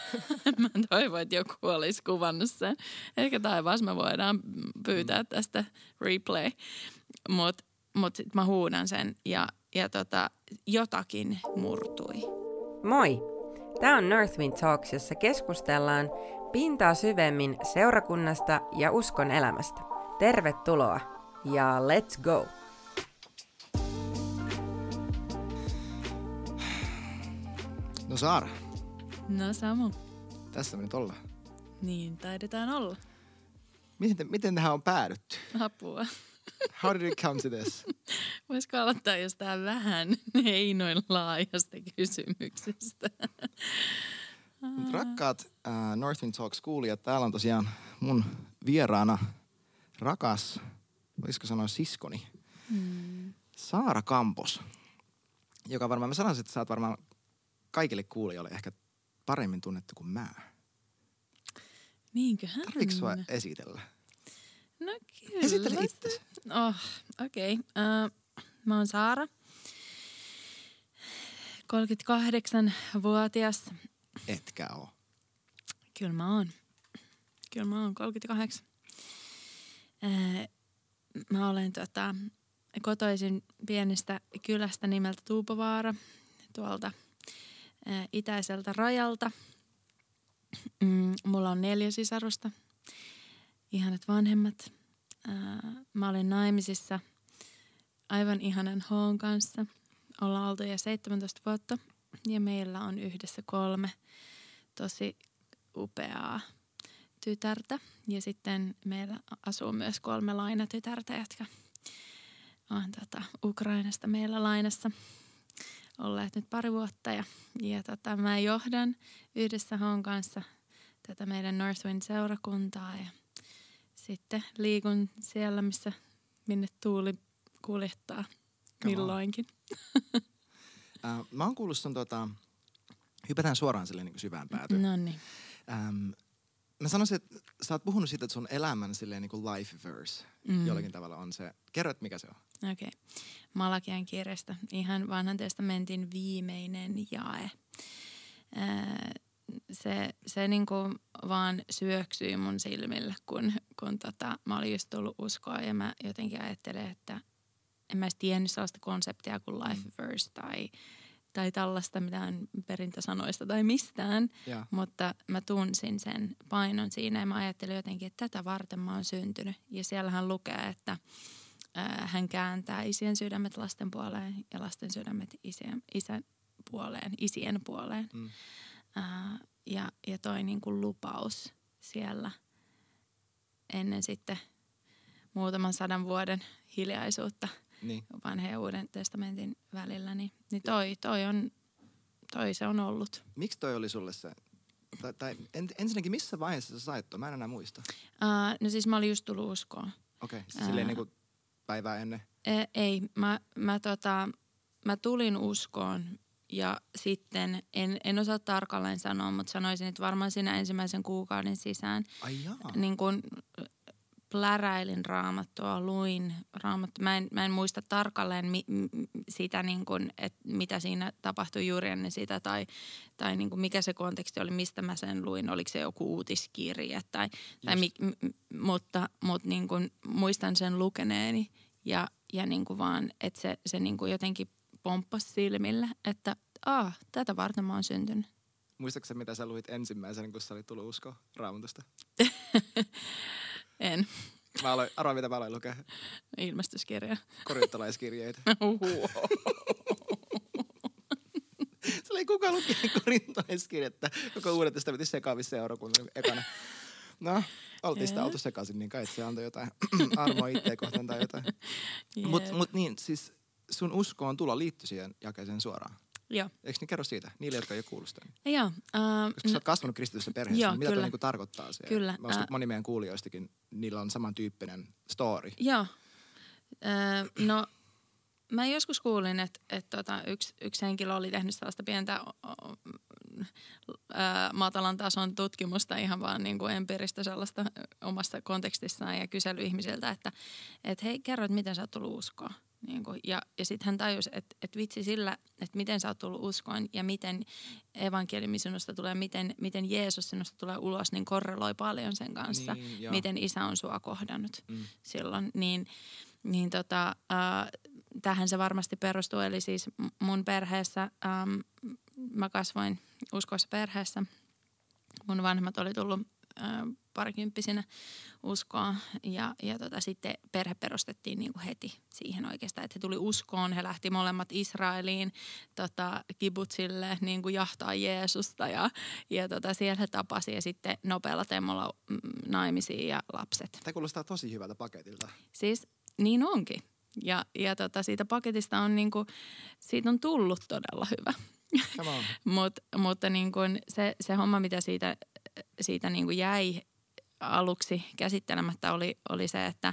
Mä toivon, että joku olisi kuvannut sen. Ehkä taivaassa me voidaan pyytää tästä replay. Mut sit mä huudan sen ja jotakin murtui. Moi! Tämä on Northwind Talks, jossa keskustellaan pintaa syvemmin seurakunnasta ja uskon elämästä. Tervetuloa ja let's go! No Saara. No Samu. Tässä me nyt ollaan. Niin, taidetaan olla. Miten tähän on päädytty? Apua. How did it come to this? Voisiko aloittaa jostain vähän ei noin laajasta kysymyksestä? Mut rakkaat Northwind Talks -kuulijat, täällä on tosiaan mun vieraana rakas, voisiko sanoa siskoni, Saara Kampos, joka varmaan, mä sanoisin, että sä oot varmaan kaikille kuulijoille ehkä paremmin tunnettu kuin mä. Niinköhän? Tarviiko sua esitellä? No kyllä. Esittele itsesi. Okei. Mä oon Saara. 38-vuotias. Etkä oo. Kyllä mä oon 38. Mä olen kotoisin pienestä kylästä nimeltä Tuupovaara tuolta itäiseltä rajalta. Mulla on 4 sisarusta. Ihanat vanhemmat. Mä olin naimisissa aivan ihanan H:n kanssa. Ollaan oltu jo 17 vuotta ja meillä on yhdessä 3 tosi upeaa tytärtä. Ja sitten meillä asuu myös 3 lainatytärtä, jotka on Ukrainasta meillä lainassa olleet nyt pari vuotta. Ja mä johdan yhdessä H:n kanssa tätä meidän Northwind-seurakuntaa ja sitten liikun siellä, minne tuuli kuljettaa milloinkin. Mä oon kuullut sun hypätään suoraan silleen niin kuin syvään päätyyn. Noniin. Mä sanoisin, että sä oot puhunut siitä, että sun elämän silleen niin kuin life verse jollakin tavalla on se. Kerro, että mikä se on. Okei. Malakian kirjasta. Ihan vanhan testamentin viimeinen jae. Se niinku vaan syöksyi mun silmille, kun mä olin just tullut uskoa ja mä jotenkin ajattelin, että en mä edes tiennyt sellaista konseptia kuin life verse tai tällaista mitään perintösanoista tai mistään, mutta mä tunsin sen painon siinä ja mä ajattelin jotenkin, että tätä varten mä oon syntynyt. Ja siellähän lukee, että hän kääntää isien sydämet lasten puoleen ja lasten sydämet isien puoleen. Ja toi niin kuin lupaus siellä ennen sitten muutaman 100 vuoden hiljaisuutta vanhan ja uuden testamentin välillä, niin toi se on ollut. Miksi toi oli sulle se? Tai ensinnäkin missä vaiheessa sä sait toi? Mä en enää muista. No siis mä olin just tullut uskoon. Okei, silleen niin kuin päivää ennen? Ei, mä tulin uskoon. Ja sitten, en osaa tarkalleen sanoa, mutta sanoisin, että varmaan siinä ensimmäisen kuukauden sisään. Ai jaa. Niin kuin pläräilin raamattua, luin raamattua. Mä en muista tarkalleen sitä, niin kuin, että mitä siinä tapahtui juuri ennen sitä tai niin kuin mikä se konteksti oli, mistä mä sen luin. Oliko se joku uutiskirje mutta niin kuin muistan sen lukeneeni ja niin kuin vaan, että se niin kuin jotenkin pomppasi silmille, että tätä varten mä oon syntynyt. Muistatko mitä sä luit ensimmäisenä, kun sä olit tullut uskoon Raamatusta? En. Arvaa, mitä mä aloin lukea. Ilmestyskirja. Korintolaiskirjeitä. Se oli kuka luki korintolaiskirjettä koko Uuden testamentin sekaavissa seurakunnassa ekana. No, oltiin sitä oltu sekaisin, niin kai se antoi jotain armoa itseä kohtaan tai jotain. Mut niin, siis sun uskoon tulo liittyy siihen jakeeseen suoraan. Joo. Eikö niin kerro siitä, niille, jotka ei ole kuullut sitä? Joo. Koska sä oot kasvanut kristillisessä perheessä, joo, niin mitä tuo niinku tarkoittaa se? Kyllä. Mä uskon, että moni meidän kuulijoistakin, niillä on samantyyppinen story. Joo. No, mä joskus kuulin, että yksi henkilö oli tehnyt sellaista pientä matalan tason tutkimusta ihan vaan niin kuin empiiristä sellaista omassa kontekstissaan ja kysely ihmisiltä, että hei, kerro, että miten sä oot tullut uskoa. Ja sitten hän tajusi, että vitsi sillä, että miten sä oot tullut uskoon ja miten evankeliumi sinusta tulee, miten Jeesus sinusta tulee ulos, niin korreloi paljon sen kanssa, miten isä on sua kohdannut silloin. Tähän se varmasti perustuu, eli siis mun perheessä, mä kasvoin uskoissa perheessä. Mun vanhemmat oli tullut parikymppisinä uskoa ja sitten perhe perustettiin niin kuin heti siihen oikeastaan, että he tuli uskoon. He lähti molemmat Israeliin kibutsille niin kuin jahtaa Jeesusta ja siellä he tapasi ja sitten nopealla temmolla naimisiin ja lapset. Tämä kuulostaa tosi hyvältä paketilta. Siis niin onkin. Ja siitä paketista on niinku, siitä on tullut todella hyvä. Mutta niin kuin se homma, mitä siitä niin kuin jäi aluksi käsittelemättä oli se, että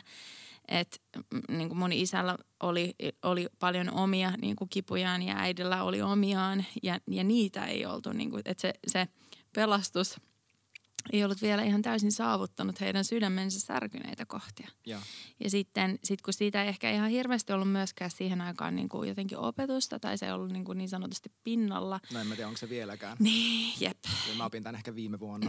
niin kuin mun isällä oli paljon omia niin kuin kipujaan ja äidillä oli omiaan ja niitä ei oltu, niin kuin, että se pelastus ei ollut vielä ihan täysin saavuttanut heidän sydämensä särkyneitä kohtia. Ja sitten kun siitä ei ehkä ihan hirveästi ollut myöskään siihen aikaan niin kuin jotenkin opetusta tai se ei ollut niin sanotusti pinnalla. No en mä tiedä, onko se vieläkään. Niin, jep. Ja mä opin tämän ehkä viime vuonna.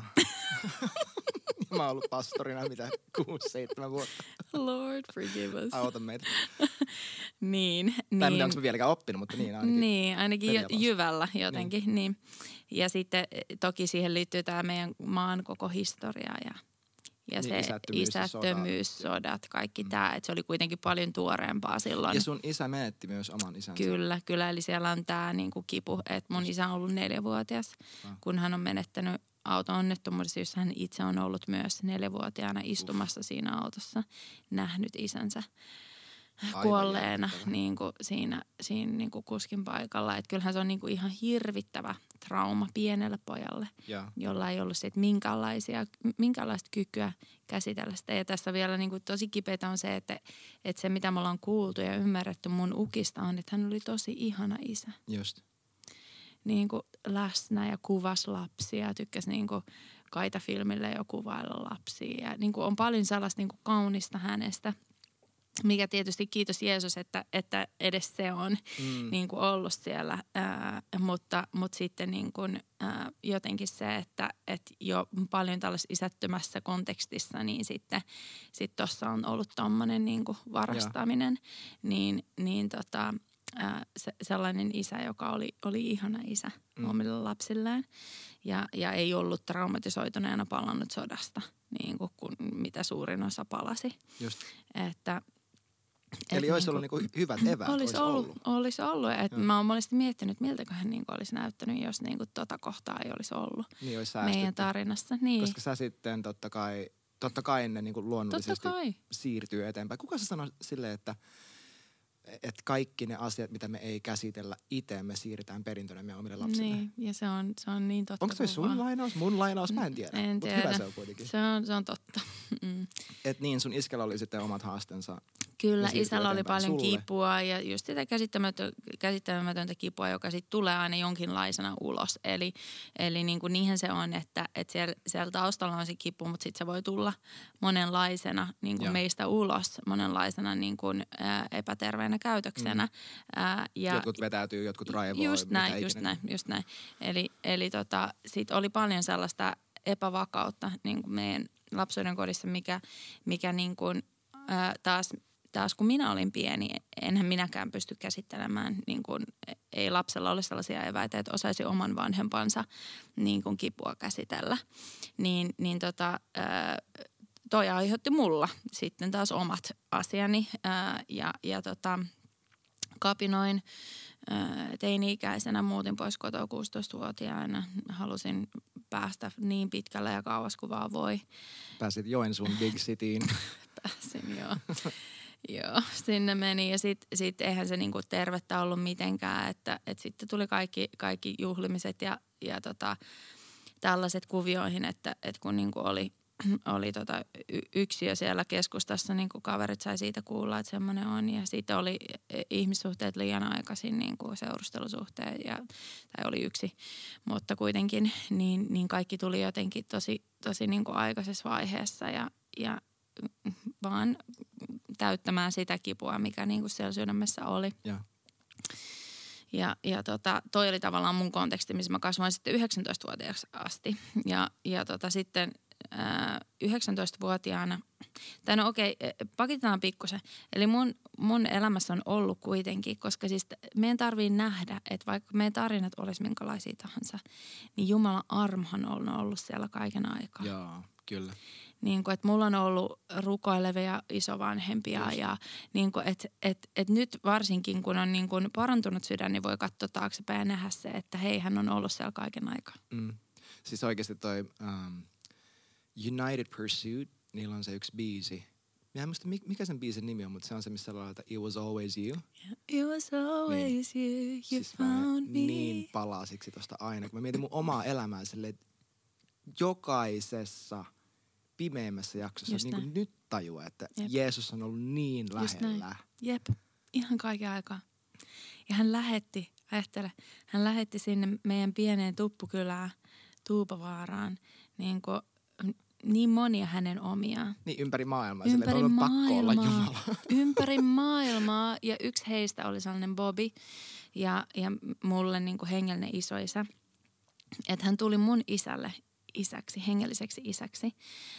Mä oon ollut pastorina 6-7 vuotta. Lord forgive us. Auta meitä. Niin. Tai en tiedä, onko mä vieläkään oppinut, mutta niin ainakin. Niin, ainakin jyvällä jotenkin, niin. Ja sitten toki siihen liittyy tämä meidän maan koko historia ja niin, se isättömyyssodat, kaikki tämä. Että se oli kuitenkin paljon tuoreempaa silloin. Ja sun isä menetti myös oman isänsä. Kyllä. Eli siellä on tämä niinku kipu, että mun isä on ollut 4-vuotias, kun hän on menettänyt auto-onnettomuudessa, jossa hän itse on ollut myös 4-vuotiaana istumassa siinä autossa, nähnyt isänsä kuolleena niin kuin siinä niin kuin kuskin paikalla. Että kyllähän se on niin kuin ihan hirvittävä trauma pienelle pojalle, jolla ei ollut sit minkäänlaista kykyä käsitellä sitä. Ja tässä vielä niin kuin tosi kipeätä on se, että se mitä me ollaan kuultu ja ymmärretty mun ukista on, että hän oli tosi ihana isä. Just. Niin kuin läsnä ja kuvasi lapsia, tykkäsi niin kuin Kaita-filmille jo kuvailla lapsia. Ja niin kuin on paljon sellaista niin kuin kaunista hänestä, mikä tietysti kiitos Jeesus, että edes se on niin kuin ollut siellä. Mutta sitten niin kuin, jotenkin se, että jo paljon tällaisessa isättömässä kontekstissa, niin sitten tuossa on ollut tommoinen niin kuin varastaminen, sellainen isä, joka oli ihana isä omille lapsilleen ja ei ollut traumatisoituneena palannut sodasta, niin kuin mitä suurin osa palasi. Just. Eli olisi ollut niinku hyvät eväät. Olisi ollut. Mä oon monesti miettinyt, miltäköhän niinku olisi näyttänyt, jos niinku tota kohtaa ei olisi ollut niin olisi meidän tarinassa. Niin. Koska sä sitten totta kai ne niinku luonnollisesti siirtyy eteenpäin. Kuka sä sanoi silleen, että kaikki ne asiat, mitä me ei käsitellä itse, me siirretään perintönä meidän omille lapsille. Niin, ja se on niin totta. Onko se sun lainaus? Mun lainaus? Mä en tiedä. Mutta hyvä se on kuitenkin. Se on totta. Et niin, sun iskällä oli sitten omat haastensa. Kyllä, isällä oli paljon kipua ja just sitä käsittämätöntä kipua, joka sitten tulee aina jonkinlaisena ulos. Eli niin kuin niinhän se on, että siellä taustalla on se kipu, mutta sitten se voi tulla monenlaisena niin kuin meistä ulos, monenlaisena niin kuin, epäterveenä käytöksenä. Jotkut vetäytyy, jotkut raivoo. Just näin. Eli siitä oli paljon sellaista epävakautta niin kuin meidän lapsuuden kodissa, mikä niin kuin, taas kun minä olin pieni, enhän minäkään pysty käsittelemään, niin kuin, ei lapsella ole sellaisia eväitä, että osaisi oman vanhempansa niin kuin kipua käsitellä. Toi aiheutti mulla sitten taas omat asiani kapinoin teini-ikäisenä, muutin pois kotoa 16-vuotiaana. Halusin päästä niin pitkälle ja kauas kuin vaan voi. Pääsit Joensuun Big Cityin. Pääsin, joo. Joo, sinne meni ja sit eihän se niinku tervettä ollut mitenkään, että sitten tuli kaikki juhlimiset ja tällaiset kuvioihin, että kun niinku oli yksiö siellä keskustassa, niinku kaverit sai siitä kuulla, että semmoinen on ja sitten oli ihmissuhteet liian aikaisin, niinku seurustelusuhteet tai oli yksi, mutta kuitenkin niin kaikki tuli jotenkin tosi niinku aikaisessa vaiheessa ja vaan täyttämään sitä kipua, mikä niin kuin siellä sydämessä oli. Ja toi oli tavallaan mun konteksti, missä mä kasvoin sitten 19-vuotiaaksi asti. Ja sitten 19-vuotiaana, tai no okei, pakitaan pikkusen. Eli mun elämässä on ollut kuitenkin, koska siis meidän tarvii nähdä, että vaikka meidän tarinat olisi minkälaisia tahansa, niin Jumalan armohan on ollut siellä kaiken aikaa. Joo, kyllä. Niin kuin, että mulla on ollut rukoilevia isovanhempia ja niin kuin, että nyt varsinkin kun on niin kuin parantunut sydän, niin voi katsoa taaksepäin ja nähdä se, että hei, hän on ollut siellä kaiken aikaa. Siis oikeasti toi United Pursuit, niillä on se yksi biisi. Mä en muista mikä sen biisin nimi on, mutta se on se, missä laitetaan It Was Always You. It was always you, you siis found me. Niin palasiksi tosta aina, kun mä mietin mun omaa elämää silleen, että jokaisessa pimeimmässä jaksossa niin kuin nyt tajua, että Jeesus on ollut niin lähellä. Jep, ihan kaiken aikaa. Ja hän lähetti sinne meidän pieneen tuppukylään, Tuupavaaraan, niin monia hänen omiaan. Niin ympäri maailmaa. Ympäri maailmaa. Pakko olla Jumala. Ympäri maailmaa. Ja yksi heistä oli sellainen Bobby ja mulle niin kuin hengellinen isoisä. Että hän tuli mun isälle isäksi, hengelliseksi isäksi.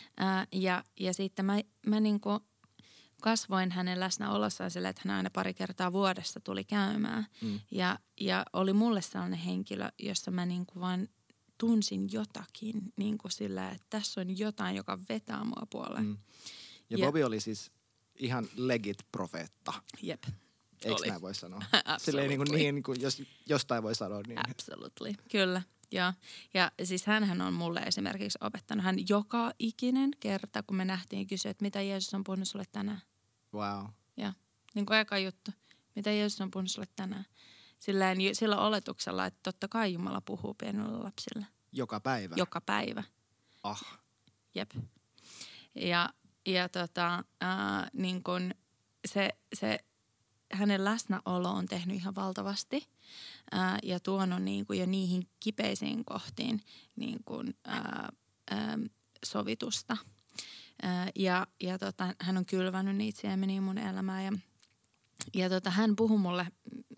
Ja sitten mä niin kuin kasvoin hänen läsnäolossaan sille, että hän aina pari kertaa vuodessa tuli käymään. Ja oli mulle sellainen henkilö, jossa mä niin kuin vaan tunsin jotakin niin kuin sillä, että tässä on jotain, joka vetää mua puoleen. Ja Bobby oli siis ihan legit profeetta. Jep. Eikö näin voi sanoa? Silleen niin kuin jos jostain voi sanoa niin. Absolutely, kyllä. Ja siis hänhän on mulle esimerkiksi opettanut. Hän joka ikinen kerta, kun me nähtiin, kysyä, että mitä Jeesus on puhunut sulle tänään. Wow. Ja niin kuin eka juttu, mitä Jeesus on puhunut sulle tänään. Sillä oletuksella, että totta kai Jumala puhuu pienille lapsille. Joka päivä? Joka päivä. Jep. Ja niin kuin se hänen läsnäolo on tehnyt ihan valtavasti ja tuonut niin kuin jo niihin kipeisiin kohtiin niin kuin, sovitusta. Ja hän on kylvänyt niitä siemeniä mun elämään ja hän puhui mulle,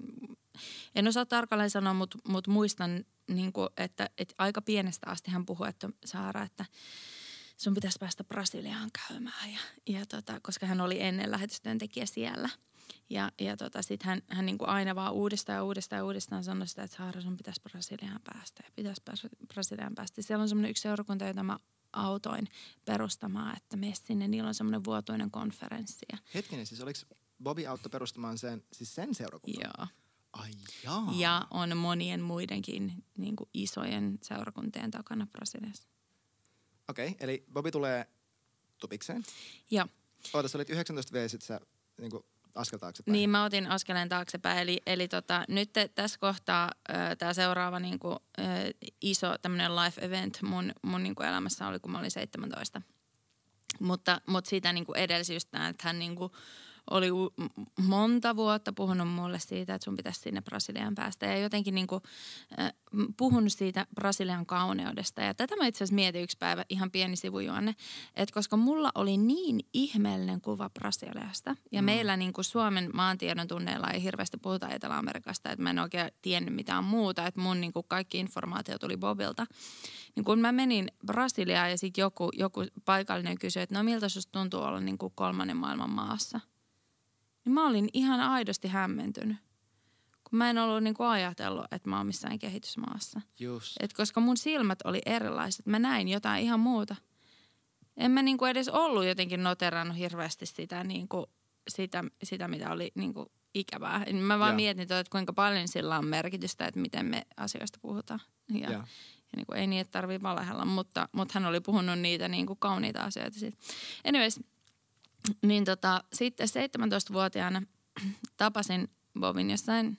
en osaa tarkalleen sanoa, mutta muistan, niin kuin, että aika pienestä asti hän puhui, että Saara, että sun pitäisi päästä Brasiliaan käymään, koska hän oli ennen lähetystyöntekijä siellä. Ja sitten hän niin kuin aina vaan uudestaan sanoi sitä, että Saara, sun pitäisi Brasiliaan päästä ja pitäisi Brasiliaan päästä. Siellä on semmoinen yksi seurakunta, jota mä autoin perustamaan, että mene sinne, niillä on semmoinen vuotuinen konferenssi. Hetkinen, siis oliko Bobby auttoi perustamaan sen seurakunnan? Joo. Ai jaa. Ja on monien muidenkin niin kuin isojen seurakuntien takana Brasiliassa. Okei, eli Bobby tulee tupikseen. Joo. Sä olit 19 V, sit sä niin kuin askel taaksepäin. Niin, mä otin askeleen taaksepäin. Eli nyt tässä kohtaa tämä seuraava niin kuin, iso tämmöinen life event mun niin kuin elämässä oli, kun mä olin 17. Mutta siitä niin kuin edelsi just tämä, että hän niin kuin oli monta vuotta puhunut mulle siitä, että sun pitäisi sinne Brasiliaan päästä. Ja jotenkin niin kuin, puhunut siitä Brasilian kauneudesta. Ja tätä mä itse asiassa mietin yksi päivä, ihan pieni sivujuonne. Että koska mulla oli niin ihmeellinen kuva Brasiliasta. Ja meillä niin kuin Suomen maantiedon tunneilla ei hirveästi puhuta Etelä-Amerikasta. Että mä en oikein tiennyt mitään muuta. Että mun niin kuin kaikki informaatio tuli Bobilta. Niin kun mä menin Brasiliaan ja sitten joku paikallinen kysyi, että no miltä susta tuntuu olla niin kuin kolmannen maailman maassa. Niin mä olin ihan aidosti hämmentynyt, kun mä en ollut niinku ajatellut, että mä oon missään kehitysmaassa. Just. Et koska mun silmät oli erilaiset, mä näin jotain ihan muuta. En mä niinku edes ollut jotenkin noterannut hirveästi sitä mitä oli niinku ikävää. Mä vaan mietin, että kuinka paljon sillä on merkitystä, että miten me asioista puhutaan. Ja niinku, ei niin, että tarvii valehella, mutta hän oli puhunut niitä niinku kauniita asioita siitä. Anyways. Niin sitten 17-vuotiaana tapasin Bobin jossain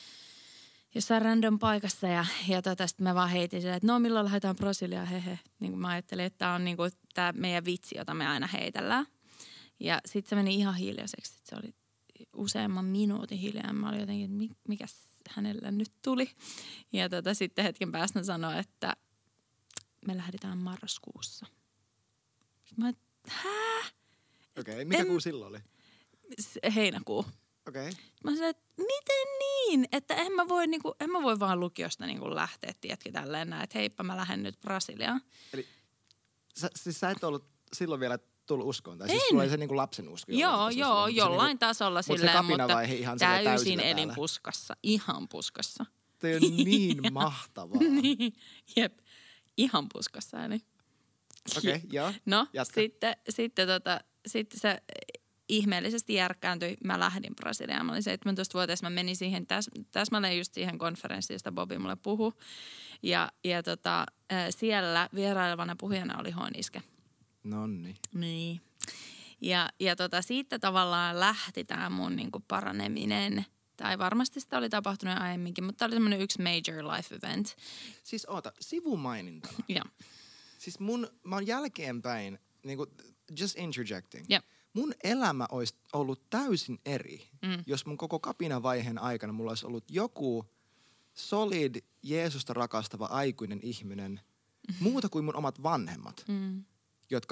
random paikassa ja sitten mä vaan heitin sille, että no milloin lähdetään Brasiliaan, hehe. Niin kuin mä ajattelin, että tää on niin kuin tää meidän vitsi, jota me aina heitellään. Ja sitten se meni ihan hiljaiseksi, se oli useamman minuutin hiljaa. Mä olin jotenkin, että mikäs hänellä nyt tuli. Ja sitten hetken päästä sanoi, että me lähdetään marraskuussa. Mä hää? Okei, mikä kuu silloin oli? Heinäkuu. Okei. Mä sanoin, että miten niin? Että en mä voi vaan lukiosta niinku lähteä, tiedätkö, tälleen näin, että heippa mä lähden nyt Brasiliaan. Eli sä et ollut silloin vielä tullut uskoon? Tai siis sulla oli se niinku lapsen usko? Joo, jollain niinku, tasolla silleen, mutta ihan täysin elin puskassa. Ihan puskassa. Toi on niin mahtavaa. Niin, jep. Ihan puskassa, eli. Okei, joo. No, sitten se ihmeellisesti järkkääntyi. Mä lähdin Brasiliaan. Mä olin 17-vuotias. Mä menin siihen täsmälleen just siihen konferenssiin, josta Bobi mulle puhui. Ja siellä vierailevana puhujana oli Hoon Iske. Nonni. Niin. Ja siitä tavallaan lähti tää mun niinku paraneminen. Tai varmasti sitä oli tapahtunut aiemminkin, mutta tämä oli semmoinen yksi major life event. Siis oota, sivumainintana. Joo. Siis mä oon jälkeenpäin, niinku, just interjecting. Joo. Mun elämä olisi ollut täysin eri, jos mun koko kapinavaiheen aikana mulla olisi ollut joku solid, Jeesusta rakastava aikuinen ihminen, muuta kuin mun omat vanhemmat, jotka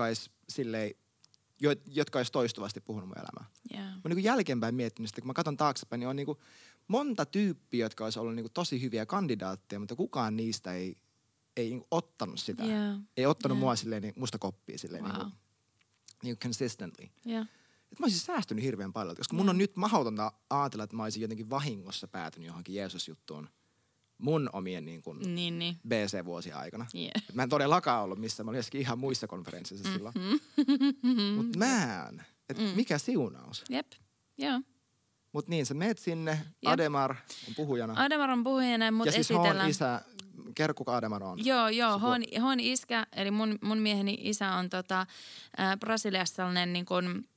olisi toistuvasti puhunut mun elämää. Yeah. Mä oon niinku jälkeenpäin miettinyt sitä, kun mä katson taaksepäin, niin on niinku monta tyyppiä, jotka olisi ollut niinku tosi hyviä kandidaatteja, mutta kukaan niistä ei niinku ottanut sitä. Yeah. Ei ottanut mua silleen niin musta koppia silleen Wow. niinku consistently. Yeah. Et mä olisin säästynyt hirveän paljon, koska mun on nyt mahdotonta ajatella, että mä olisin jotenkin vahingossa päätynyt johonkin Jeesus-juttuun mun omien niin kuin BC-vuosien aikana. Yeah. Mä en todellakaan ollut missään, mä olin jossakin ihan muissa konferensseissa silloin. Mut mikä siunaus. Jep, joo. Mut niin, sä meet sinne, Ademar on puhujana. Ademar on puhujana, mutta esitellään. Ja siis Hoon isä, kerro kuka Ademar on. Joo, Hoon iskä, eli mun mieheni isä on Brasiliassa sellainen niin kuin,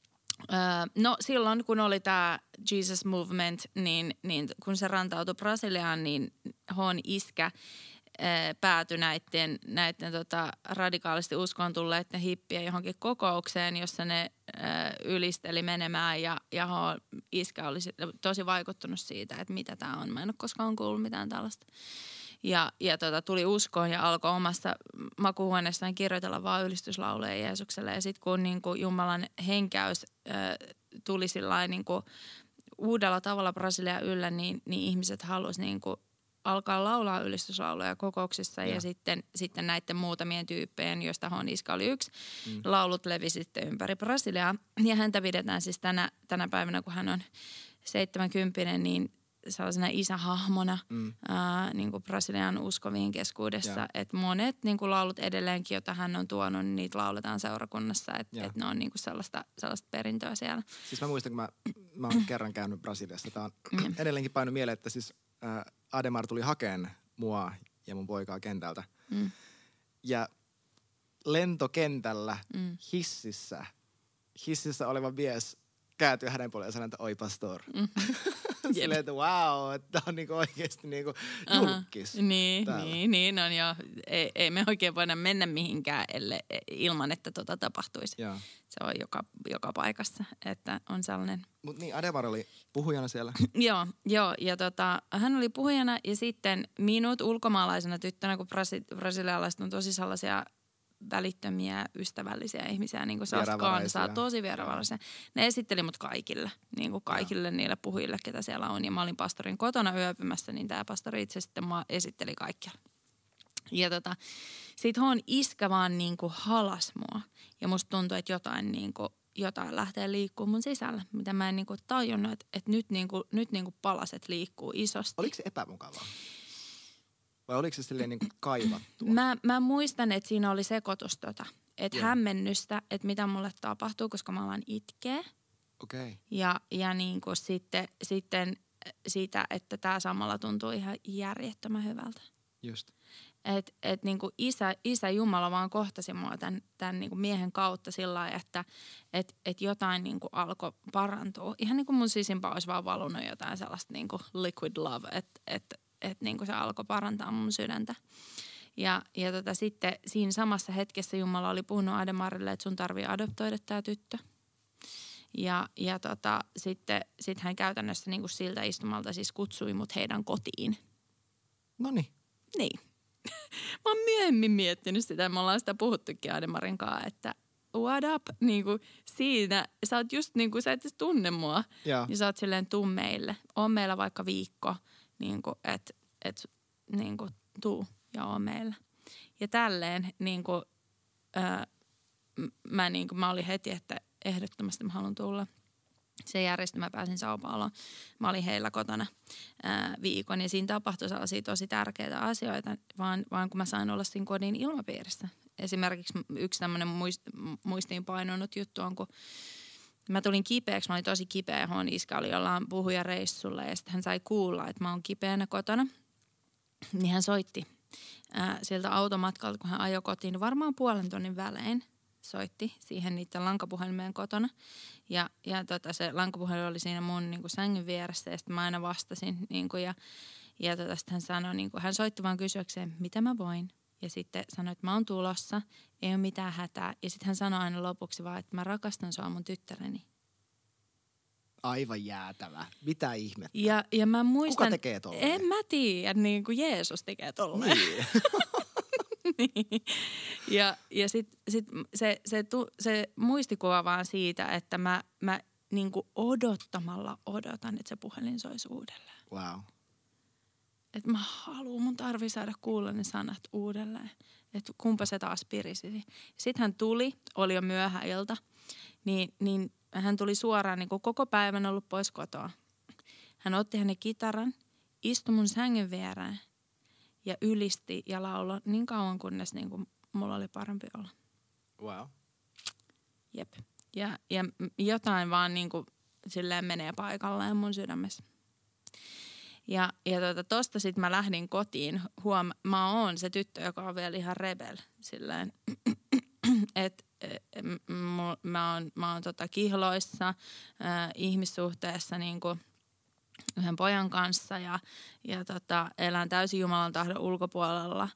no silloin kun oli tämä Jesus Movement, niin kun se rantautui Brasiliaan, niin Hoon iskä päätyi näiden radikaalisti uskoon tulleiden hippien johonkin kokoukseen, jossa ne ylisteli menemään ja Hoon iskä oli tosi vaikuttunut siitä, että mitä tämä on. Mä en ole koskaan kuullut mitään tällaista. Ja tuli uskoon ja alkoi omassa makuuhuoneessaan kirjoitella vaan ylistyslauluja Jeesukselle. Ja sitten kun niin kuin Jumalan henkäys tuli sillain niin kuin uudella tavalla Brasilia yllä, niin ihmiset halusivat niin kuin alkaa laulaa ylistyslauluja kokouksissa. Ja sitten näiden muutamien tyyppien, joista Hoon iskä oli yksi, laulut levisi sitten ympäri Brasiliaa. Ja häntä pidetään siis tänä päivänä, kun hän on 70, niin sellaisena isähahmona niin kuin Brasilian uskovien keskuudessa. Että monet niin kuin laulut edelleenkin, joita hän on tuonut, niin niitä lauletaan seurakunnassa. Että ne on niin kuin sellaista perintöä siellä. Siis mä muistan, kun mä oon kerran käynyt Brasiliassa. Tää on edelleenkin painu mieleen, että siis Ademar tuli hakeen mua ja mun poikaa kentältä. Ja lentokentällä hississä oleva mies kääntyi hänen puoleen ja sanoi, että oi pastor. Silleen, että wow, että on niinku oikeasti niinku julkis. Niin on jo. Ei me oikein voida mennä mihinkään ilman, että tapahtuisi. Joo. Se on joka paikassa, että on sellainen. Mut niin, Ademar oli puhujana siellä. Joo, ja hän oli puhujana ja sitten minut ulkomaalaisena tyttönä, kun brasilialaiset on tosi sellaisia välittömiä, ystävällisiä ihmisiä, niin kuin sellaista kansaa, tosi vieravaraisia. Ne esitteli mut kaikille, niin kuin kaikille niille puhujille, ketä siellä on. Ja mä olin pastorin kotona yöpymässä, niin tämä pastori itse sitten mua esitteli kaikkialla. Ja sit Hoon iskä vaan niin kuin halas mua. Ja musta tuntui, että jotain lähtee liikkuu mun sisällä, mitä mä en niin kuin tajunnut, että nyt palaset liikkuu isosti. Oliko se epämukavaa? Vai oliko se silleen niin kuin kaivattua? Mä muistan, että siinä oli sekoitus että hämmennystä, että mitä mulle tapahtuu, koska mä alan itkeä. Okei. Ja niin kuin sitten siitä, että tää samalla tuntuu ihan järjettömän hyvältä. Just. Et niin kuin isä Jumala vaan kohtasi mua tämän niin kuin miehen kautta sillä lailla, että jotain niin kuin alkoi parantua. Ihan niin kuin mun sisimpää olisi vaan valunut jotain sellaista niin kuin liquid love, että niin kuin se alkoi parantaa mun sydäntä. Ja sitten siinä samassa hetkessä Jumala oli puhunut Ademarille, että sun tarvii adoptoida tää tyttö. Ja sitten hän käytännössä niin kuin siltä istumalta siis kutsui mut heidän kotiin. Noniin. Niin. Mä oon myöhemmin miettinyt sitä, me ollaan sitä puhuttukin Ademarin kanssa, että what up, niinku siinä. Sä oot just niinku, sä et edes tunne mua. Joo. Ja sä oot silleen, tuu meille. On meillä vaikka viikko, niinku, et niinku, tuu ja on meillä. Ja tälleen niinku, mä olin heti, että ehdottomasti mä haluan tulla. Se järjestö, mä pääsin Sao Pauloon. Mä olin heillä kotona viikon ja siinä tapahtui sellaisia tosi tärkeitä asioita, vaan kun mä sain olla siinä kodin ilmapiirissä. Esimerkiksi yksi tämmöinen muistiinpainonut juttu on, kun mä tulin kipeäksi, mä olin tosi kipeä, johon iskä oli jollain puhujareissulla ja sitten hän sai kuulla, että mä oon kipeänä kotona. Niin hän soitti sieltä automatkalta, kun hän ajoi kotiin, varmaan 1,5 tunnin välein soitti siihen niiden lankapuhelimeen kotona. Ja se lankapuhelin oli siinä mun niinku sängyn vieressä ja sitten mä aina vastasin. Niinku, ja sitten hän sanoi, niinku, hän soitti vaan kysyäkseen, mitä mä voin. Ja sitten sanoi, että mä oon tulossa, ei ole mitään hätää. Ja sitten hän sanoi aina lopuksi vaan, että mä rakastan sua mun tyttäreni. Aivan jäätävä. Mitä ihmettä? Ja mä muistan... Kuka tekee tolleen? En mä tiedä, niin kuin Jeesus tekee tolleen. Niin. Niin. Ja sit se muistikuva vaan siitä, että mä niin kuin odottamalla odotan, että se puhelin soisi uudelleen. Wow. Että mun tarvii saada kuulla ne sanat uudelleen. Että kumpa se taas pirisi. Sitten hän tuli, oli jo myöhäilta, niin hän tuli suoraan niin kuin koko päivän ollut pois kotoa. Hän otti hänen kitaran, istui mun sängyn viereen ja ylisti ja lauloi niin kauan, kunnes niin kuin mulla oli parempi olla. Wow. Jep. Ja jotain vaan niin kuin silleen menee paikalleen mun sydämessä. Ja tosta sit mä lähdin kotiin. Mä oon se tyttö, joka on vielä ihan rebel. Silleen, että mä oon kihloissa ihmissuhteessa niinku yhden pojan kanssa ja elän täysin Jumalan tahdon ulkopuolella.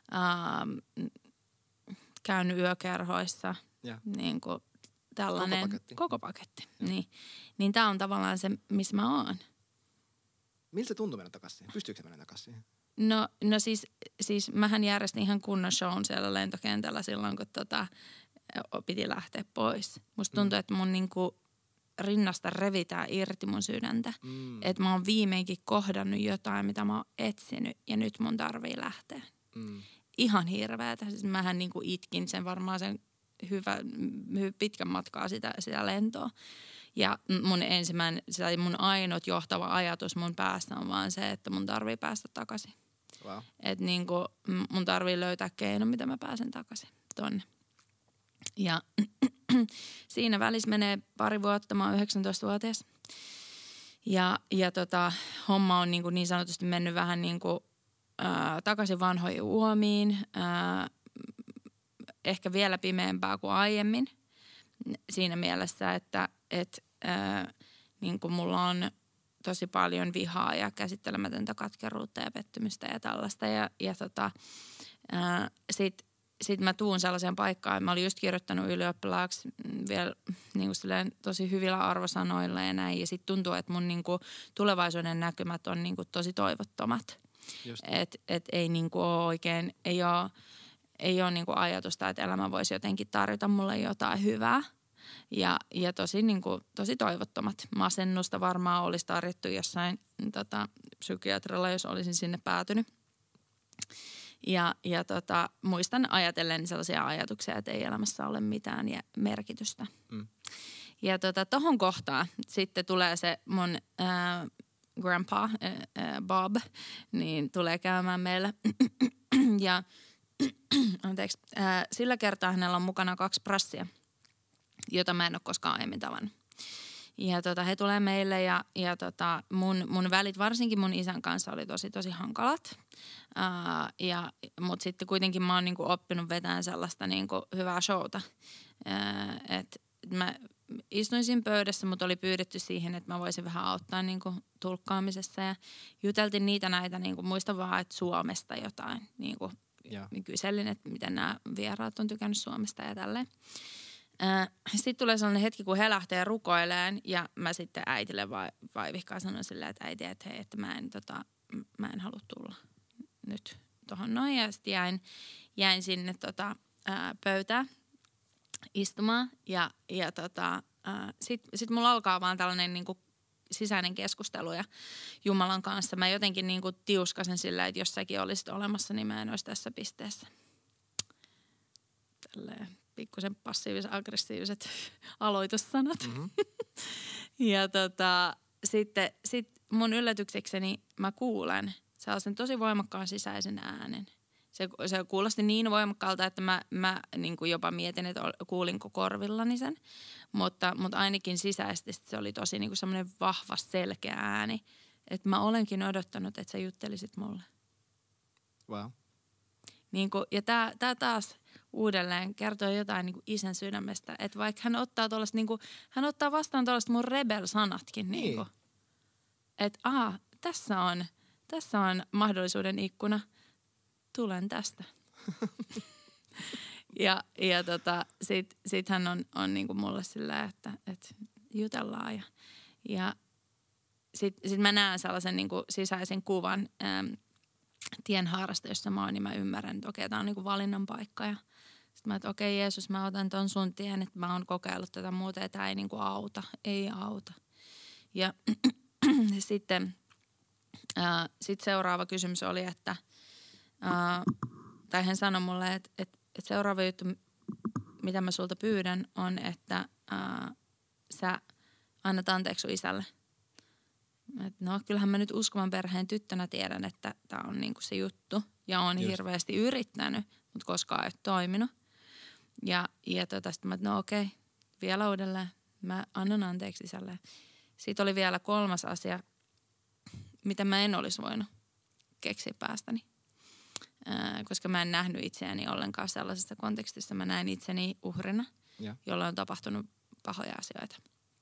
Käynyt yökerhoissa. Niinku tällainen koko paketti. Niin tää on tavallaan se, missä mä oon. Miltä se tuntui mennä takaisin? Pystyykö se mennä takaisin? No siis mähän järjestin ihan kunnon shown siellä lentokentällä silloin, kun piti lähteä pois. Musta tuntuu, että mun niinku rinnasta revitään irti mun sydäntä. Että mä oon viimeinkin kohdannut jotain, mitä mä oon etsinyt ja nyt mun tarvii lähteä. Ihan hirveetä. Siis mähän niinku itkin sen varmaan sen pitkän matkaa sitä lentoa. Ja mun ainut johtava ajatus mun päässä on vaan se, että mun tarvii päästä takaisin. Wow. Että niinku mun tarvii löytää keino, mitä mä pääsen takaisin tonne. Ja siinä välissä menee pari vuotta, mä oon 19-vuotias. Ja homma on niin sanotusti mennyt vähän takaisin vanhoihin uomiin. Ehkä vielä pimeämpää kuin aiemmin. Siinä mielessä, että niin kuin mulla on tosi paljon vihaa ja käsittelemätöntä katkeruutta ja pettymystä ja tällaista. Sit mä tuun sellaiseen paikkaan, mä olin just kirjoittanut ylioppilaaksi vielä niin kuin tosi hyvillä arvosanoilla ja näin. Ja sit tuntuu, että mun niin kuin tulevaisuuden näkymät on niin kuin tosi toivottomat. Et ei niin kuin ole oikein, ei ole niin kuin ajatusta, että elämä voisi jotenkin tarjota mulle jotain hyvää. Ja tosi toivottomat. Masennusta varmaan olisi tarjottu jossain psykiatrilla, jos olisin sinne päätynyt. Ja muistan ajatellen sellaisia ajatuksia, että ei elämässä ole mitään merkitystä. Ja tohon kohtaan sitten tulee se mun grandpa Bob, niin tulee käymään meillä. Ja anteeksi, sillä kertaa hänellä on mukana 2 prassia, jota mä en ole koskaan aiemmin tavannut. Ja he tulee meille ja mun välit varsinkin mun isän kanssa oli tosi hankalat. Mutta sitten kuitenkin mä oon niinku oppinut vetämään sellaista niinku hyvää showta. Että mä istuin siinä pöydässä, mutta oli pyydetty siihen, että mä voisin vähän auttaa niinku tulkkaamisessa. Ja juteltiin näitä, niinku, muistan vaan, että Suomesta jotain. Niinku, kyselin, että miten nämä vieraat on tykännyt Suomesta ja tälleen. Sitten tulee sellainen hetki, kun he lähtee rukoileen ja mä sitten äitille vaivihkaa sanon silleen, että äiti, että hei, että mä en halua tulla nyt tohon noin. Ja sitten jäin sinne pöytään istumaan ja sit mulla alkaa vaan tällainen niinku sisäinen keskustelu ja Jumalan kanssa. Mä jotenkin niinku tiuskasen sillä, että jos säkin olisit olemassa, niin mä en olisi tässä pisteessä. Tälleen pikkusen passiivis-aggressiiviset aloitussanat. Mm-hmm. Ja sitten mun yllätyksekseni mä kuulen sellaisen tosi voimakkaan sisäisen äänen. Se kuulosti niin voimakkaalta, että mä niin kuin jopa mietin, että kuulinko korvillani sen. Mutta ainakin sisäisesti se oli tosi niin kuin semmoinen vahva, selkeä ääni. Että mä olenkin odottanut, että sä juttelisit mulle. Wow. Niin kuin, ja tää taas uudelleen kertoo jotain niin kuin isän sydämestä. Että vaikka hän ottaa tuollaista, niin kuin, hän ottaa vastaan tuollaista mun rebel-sanatkin. Niin kuin, että tässä on mahdollisuuden ikkuna. Tulen tästä. ja sit hän on niinku mulle sillä, että jutellaan. Ja sit mä näen sellaisen niinku sisäisen kuvan tienhaarasta, jossa mä oon, niin mä ymmärrän, että okei, tää on niinku valinnan paikka. Ja sit mä, että okei, Jeesus, mä otan ton sun tien, että mä oon kokeillut tätä muuta, ja tää ei niinku auta. Ei auta. Ja sitten seuraava kysymys oli, että tai hän sanoi mulle, että seuraava juttu, mitä mä sulta pyydän, on, että sä annat anteeksi sun isälle. No, kyllähän mä nyt uskovan perheen tyttönä tiedän, että tää on niinku se juttu. Ja on hirveästi yrittänyt, mutta koskaan ei toiminut. Ja sitten mä, no okei, vielä uudelleen. Mä annan anteeksi isälle. Sitten oli vielä 3. asia, mitä mä en olisi voinut keksiä päästäni. Koska mä en nähnyt itseäni ollenkaan sellaisessa kontekstissa. Mä näin itseni uhrina, jolla on tapahtunut pahoja asioita.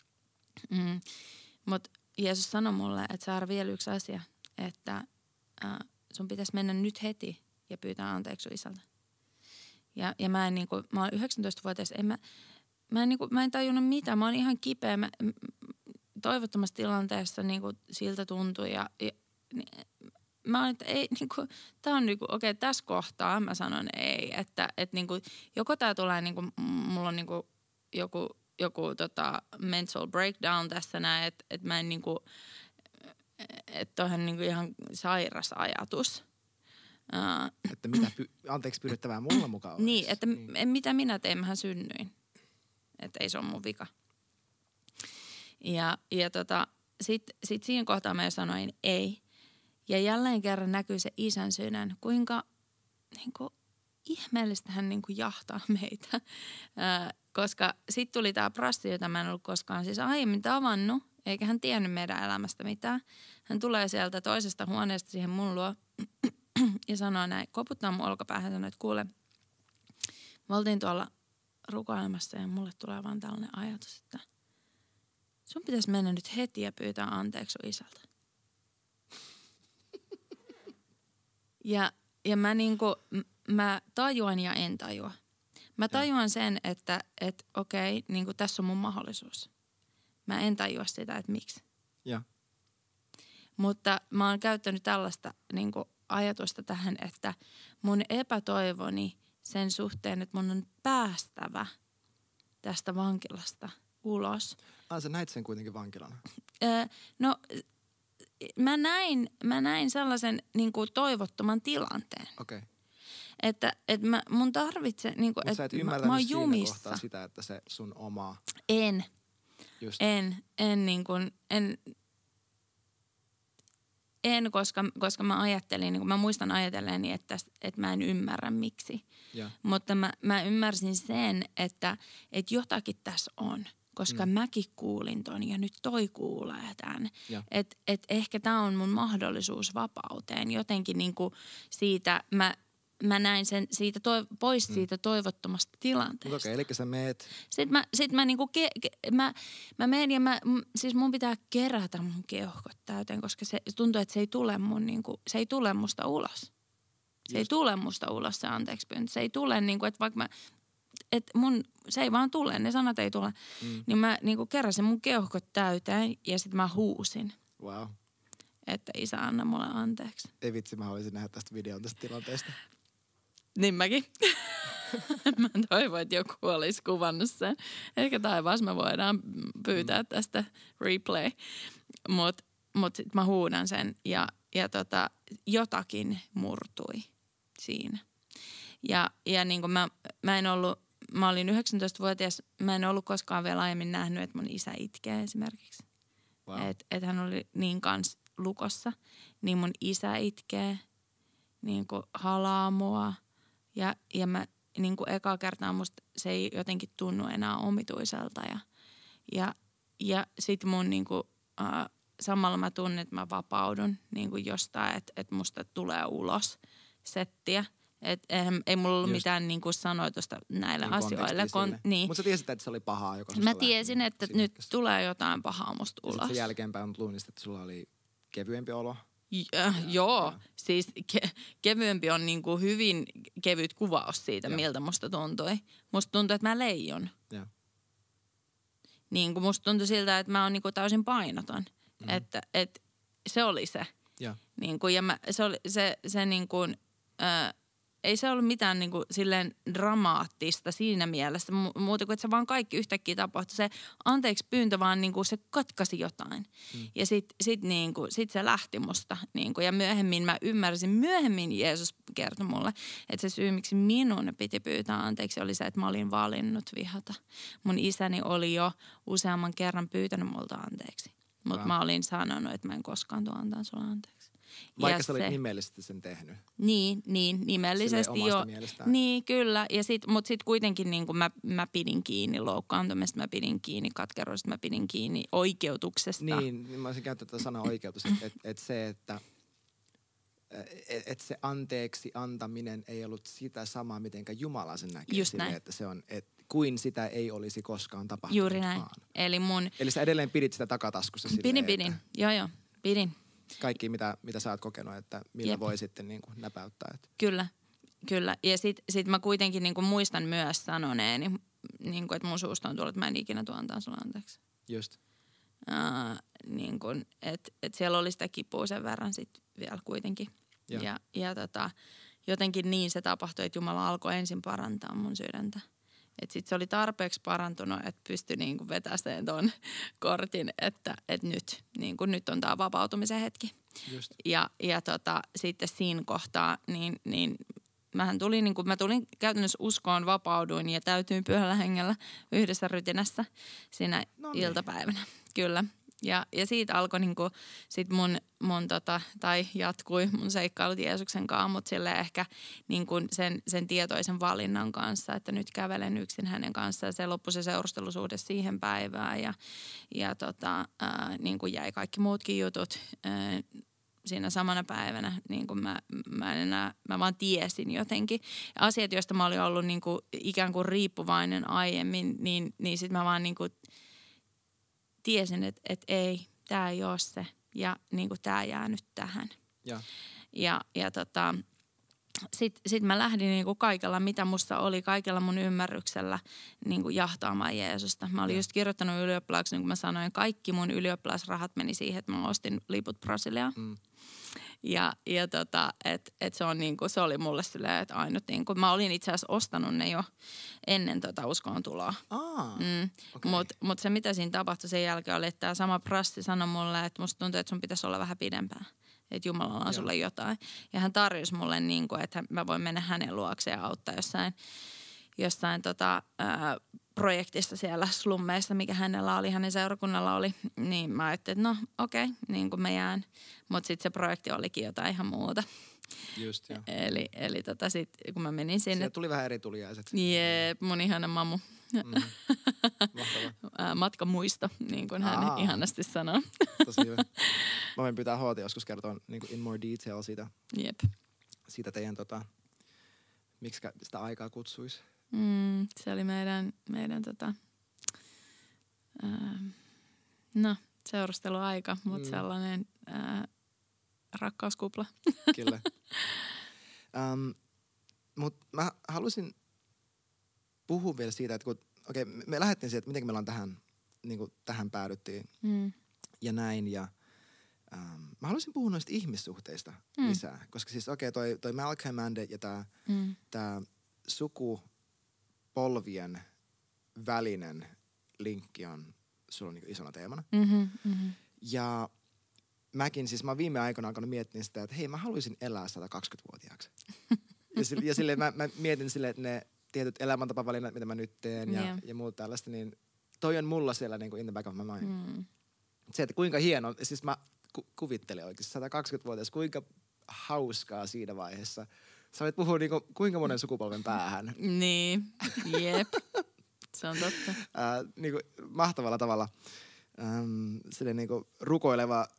Mutta Jeesus sanoi mulle, että Saara, vielä yksi asia, että sun pitäisi mennä nyt heti ja pyytää anteeksi sun isältä. Ja mä en niinku, mä oon 19-vuotias, mä en tajunnut mitään. Mä oon ihan kipeä. Toivottomassa tilanteessa niinku siltä tuntui ja mä oon, että ei, niinku, tää on niinku, okei, tässä kohtaa mä sanon ei, että niinku, joko tää tulee niinku, mulla on niinku joku mental breakdown tässä näin, että mä en niinku, että toihan niinku ihan sairas ajatus. Että mitä anteeksi pyydettävää mulla mukaan olisi. Niin, että mitä minä tein, mähän synnyin. Että ei se ole mun vika. Ja sit siinä kohtaa mä sanoin ei. Ja jälleen kerran näkyy se isän sydän, kuinka niinku, ihmeellistä hän niinku jahtaa meitä. Koska sitten tuli tämä prassi, jota mä en ollut koskaan siis aiemmin tavannut, eikä hän tiennyt meidän elämästä mitään. Hän tulee sieltä toisesta huoneesta siihen mun luo ja sanoo näin, koputtaa mun olkapäähän ja sanoo, että kuule, me oltiin tuolla rukoilemassa ja mulle tulee vaan tällainen ajatus, että sun pitäisi mennä nyt heti ja pyytää anteeksi sun isältä. Ja mä niinku, mä tajuan ja en tajua. Mä tajuan sen, että okei, niinku tässä on mun mahdollisuus. Mä en tajua sitä, että miksi. Ja. Mutta mä oon käyttänyt tällaista niinku ajatusta tähän, että mun epätoivoni sen suhteen, että mun on päästävä tästä vankilasta ulos. Sä näit sen kuitenkin vankilana? No, mä näin sellaisen niinku toivottoman tilanteen. Okei. Että mun tarvitsee, niinku, että sä et ymmärtänyt siinä kohtaa sitä, että se sun oma... En. Just. En, koska mä ajattelin, niin mä muistan ajatelleeni, että mä en ymmärrä miksi. Ja. Mutta mä ymmärsin sen, että jotakin tässä on, koska mäkin kuulin ton ja nyt toi kuulee tämän. Että ehkä tää on mun mahdollisuus vapauteen. Jotenkin niin kuin siitä mä näin sen siitä pois siitä toivottomasta tilanteesta. Okei, eli sä meet... Sitten mä niinku mä menen ja siis mun pitää kerätä mun keuhkot täyteen, koska se tuntuu, että se ei tule musta ulos. Se ei tule musta ulos se anteeksipyyntö. Se ei tule niinku, että vaikka se ei vaan tule, ne sanat ei tule. Niin mä niinku keräsin mun keuhkot täyteen ja sitten mä huusin. Wow. Että isä, anna mulle anteeksi. Ei vitsi, mä haluaisin nähdä tästä videon tästä tilanteesta. Niin mäkin. Mä toivon, että joku olisi kuvannut sen. Ehkä taivaassa me voidaan pyytää tästä replay. Mut sit mä huudan sen ja jotakin murtui siinä. Ja niin kuin mä olin 19-vuotias, mä en ollut koskaan vielä aiemmin nähnyt, että mun isä itkee esimerkiksi. Wow. Et hän oli niin kans lukossa, niin mun isä itkee, niin kuin halaa mua. Ja mä niin kuin eka kertaa musta se ei jotenkin tunnu enää omituiselta. Ja sit mun niin kuin, samalla mä tunnen, että mä vapaudun niin kuin jostain, että musta tulee ulos settiä. Ei mulla ollut mitään niin kuin sanoitusta näille niin asioille. Mutta sä tiesit, että se oli pahaa, joka mä tiesin, että nyt tulee jotain pahaa musta ulos. Sitten sen jälkeenpäin luunnistit, että sulla oli kevyempi olo. Joo, siis kevyempi on niin kuin hyvin kevyt kuvaus siitä, miltä musta tuntui. Musta tuntui, että mä leijon. Ja. Niin kuin musta tuntui siltä, että mä oon niin kuin täysin painoton. Että se oli se. Ja, niin kuin, se oli se niin kuin, ei se ollut mitään niin kuin silleen dramaattista siinä mielessä, muuta kuin että se vaan kaikki yhtäkkiä tapahtui. Se anteeksi pyyntö vaan niin kuin se katkaisi jotain. Ja sit se lähti musta. Niin kuin, ja myöhemmin Jeesus kertoi mulle, että se syy, miksi minun piti pyytää anteeksi, oli se, että mä olin valinnut vihata. Mun isäni oli jo useamman kerran pyytänyt multa anteeksi. Mutta mä olin sanonut, että mä en koskaan tuo antaa sulle anteeksi. vaikka sä olit nimellisesti sen tehnyt. Niin, nimellisesti jo. Niin, kyllä. Mutta sitten kuitenkin niin mä pidin kiinni loukkaantumista, mä pidin kiinni katkeruudesta, mä pidin kiinni oikeutuksesta. Niin mä olisin käyttänyt tätä sanaa oikeutus, että se, että se anteeksi antaminen ei ollut sitä samaa, mitenkä Jumala sen näkee. Just näin. Että se on, kuin sitä ei olisi koskaan tapahtunut. Juuri näin. Eli sä edelleen pidit sitä takataskussa silleen, Pidin. Joo, pidin. Kaikki, mitä sä oot kokenut, että millä voi sitten niin kuin näpäyttää. Että. Kyllä. Ja sit mä kuitenkin niin kuin muistan myös sanoneeni, niin kuin, että mun suusta on tullut, että mä en ikinä tuo antaa sulle anteeksi. Just. Niin kuin, että siellä oli sitä kipua sen verran sit vielä kuitenkin. Ja jotenkin niin se tapahtui, että Jumala alkoi ensin parantaa mun sydäntä. Että sitten se oli tarpeeksi parantunut, että pystyi niinku vetämään ton kortin, että nyt on tämä vapautumisen hetki. Just. Ja sitten siinä kohtaa, niin mä tulin käytännössä uskoon, vapauduin ja täytyin Pyhällä Hengellä yhdessä rytinässä siinä iltapäivänä. Kyllä. Ja siitä alkoi niinku sit tai jatkui mun seikkailut Jeesuksen kanssa, mutta sille ehkä niinku sen tietoisen valinnan kanssa, että nyt kävelen yksin hänen kanssaan. Se loppui se seurustelusuhde siihen päivään ja niinku jäi kaikki muutkin jutut siinä samana päivänä. Niinku mä vaan tiesin jotenkin. Asiat, joista mä olin ollut niinku ikään kuin riippuvainen aiemmin, niin sit mä vaan niinku tiesin, että ei, tää ei ole se. Ja niin kuin tää jää nyt tähän. Ja sit mä lähdin niin kuin kaikella, mitä musta oli, kaikella mun ymmärryksellä niin kuin jahtaamaan Jeesusta. Mä olin just kirjoittanut ylioppilaaksi, niin kuin mä sanoin, kaikki mun ylioppilasrahat meni siihen, että mä ostin liput Brasiliaan. Se on niinku, se oli mulle silleen, että ainut niinku, mä olin itse asiassa ostanut ne jo ennen uskoon tuloa. Okay. Mut se mitä siinä tapahtui sen jälkeen oli, että tämä sama prassi sanoi mulle, että musta tuntuu, että sun pitäisi olla vähän pidempään. Että Jumalalla on sulle jotain. Ja hän tarjosi mulle niinku, että mä voin mennä hänen luokseen ja auttaa jossain projektissa siellä slummeissa, mikä hänellä oli, hänen seurakunnalla oli, niin mä ajattelin, että no okei, niin kuin mä jään. Mutta sitten se projekti olikin jotain ihan muuta. Just, joo. Eli sit kun mä menin sinne. Siellä tuli vähän eri tuliaiset. Jep, mun ihana mamu. Mahtavaa. Matkamuisto, niin kuin hän ihanasti sanoo. Tosi hyvä. Mä voin pyytää H.T. joskus kertoa niin kuin in more detail siitä teidän, miksi sitä aikaa kutsuisi. Se oli meidän seurusteluaika, mutta sellainen rakkauskupla. Kyllä. Mutta mä halusin puhua vielä siitä, että me lähdettiin siitä, että miten me ollaan tähän päädyttiin ja näin. Ja mä haluaisin puhua noista ihmissuhteista lisää, koska siis toi Malcolm Mande ja tää suku polvien välinen linkki on sulla niin isona teemana. Ja mäkin siis, mä oon viime aikoina alkanut miettiä sitä, että hei, mä haluaisin elää 120-vuotiaaksi. ja silleen mä mietin silleen, että ne tietyt elämäntapavalinnat, mitä mä nyt teen ja muut tällaista, niin toi on mulla siellä niin kuin in the back of my mind. Se, että kuinka hieno, siis mä kuvittelen oikeasti 120-vuotias, kuinka hauskaa siinä vaiheessa. Sä voit puhua niin kuin, kuinka monen sukupolven päähän. Niin, jep. Se on totta. Niin kuin mahtavalla tavalla. Silleen niin kuin rukoileva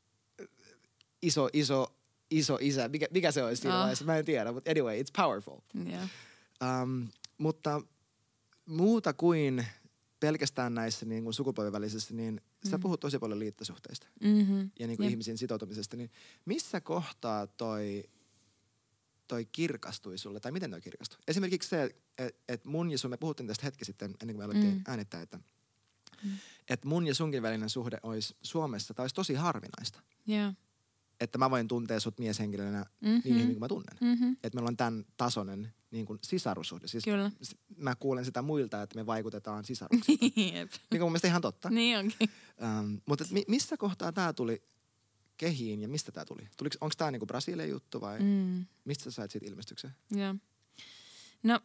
iso isä. Mikä se olisi siinä vaiheessa? Mä en tiedä, but anyway, it's powerful. Yeah. Mutta muuta kuin pelkästään näissä niin kuin sukupolven välisissä, niin sä puhut tosi paljon liittosuhteista ja niin kuin ihmisiin sitoutumisesta. Niin missä kohtaa toi kirkastui sulle, tai miten toi kirkastui? Esimerkiksi se, että mun ja sun, me puhuttiin tästä hetki sitten, ennen kuin me alettiin äänittää, että mun ja sunkin välinen suhde olisi Suomessa, tai olisi tosi harvinaista. Yeah. Että mä voin tuntea sut mieshenkilönä niin hyvin kuin mä tunnen. Että meillä on tämän tasoinen niin kuin sisarussuhde. Siis kyllä. Mä kuulen sitä muilta, että me vaikutetaan sisaruksilta. Jep. Mikä on mun mielestä ihan totta. Niin onkin. Mutta missä kohtaa tää tuli kehiin ja mistä tää tuli? Onko tää niinku Brasilian juttu vai mistä sä sait siitä ilmestyksen? Joo. No,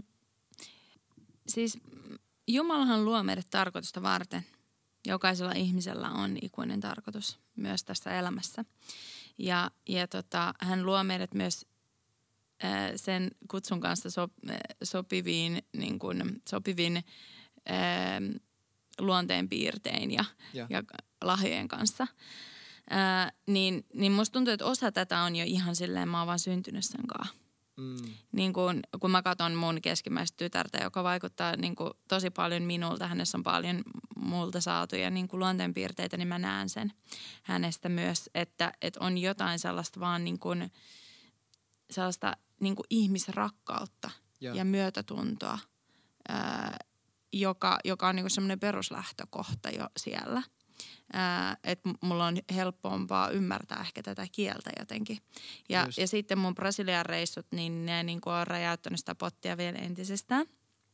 siis Jumalahan luo meidät tarkoitusta varten. Jokaisella ihmisellä on ikuinen tarkoitus myös tässä elämässä. Ja hän luo meidät myös sen kutsun kanssa sopivin luonteenpiirtein ja lahjojen kanssa. Niin musta tuntuu, että osa tätä on jo ihan silleen, mä oon vaan syntynyt sen kanssa. Niin kun mä katson mun keskimmäistä tytärtä, joka vaikuttaa niin kuin tosi paljon minulta, hänessä on paljon multa saatuja niin kuin luonteenpiirteitä, niin mä näen sen hänestä myös, että on jotain sellaista vaan niin kuin, sellaista niin kuin ihmisrakkautta ja myötätuntoa, joka on niin kuin semmoinen peruslähtökohta jo siellä. Että mulla on helpompaa ymmärtää ehkä tätä kieltä jotenkin. Ja sitten mun Brasilian reissut, niin ne niin kuin on räjäyttänyt sitä pottia vielä entisestään.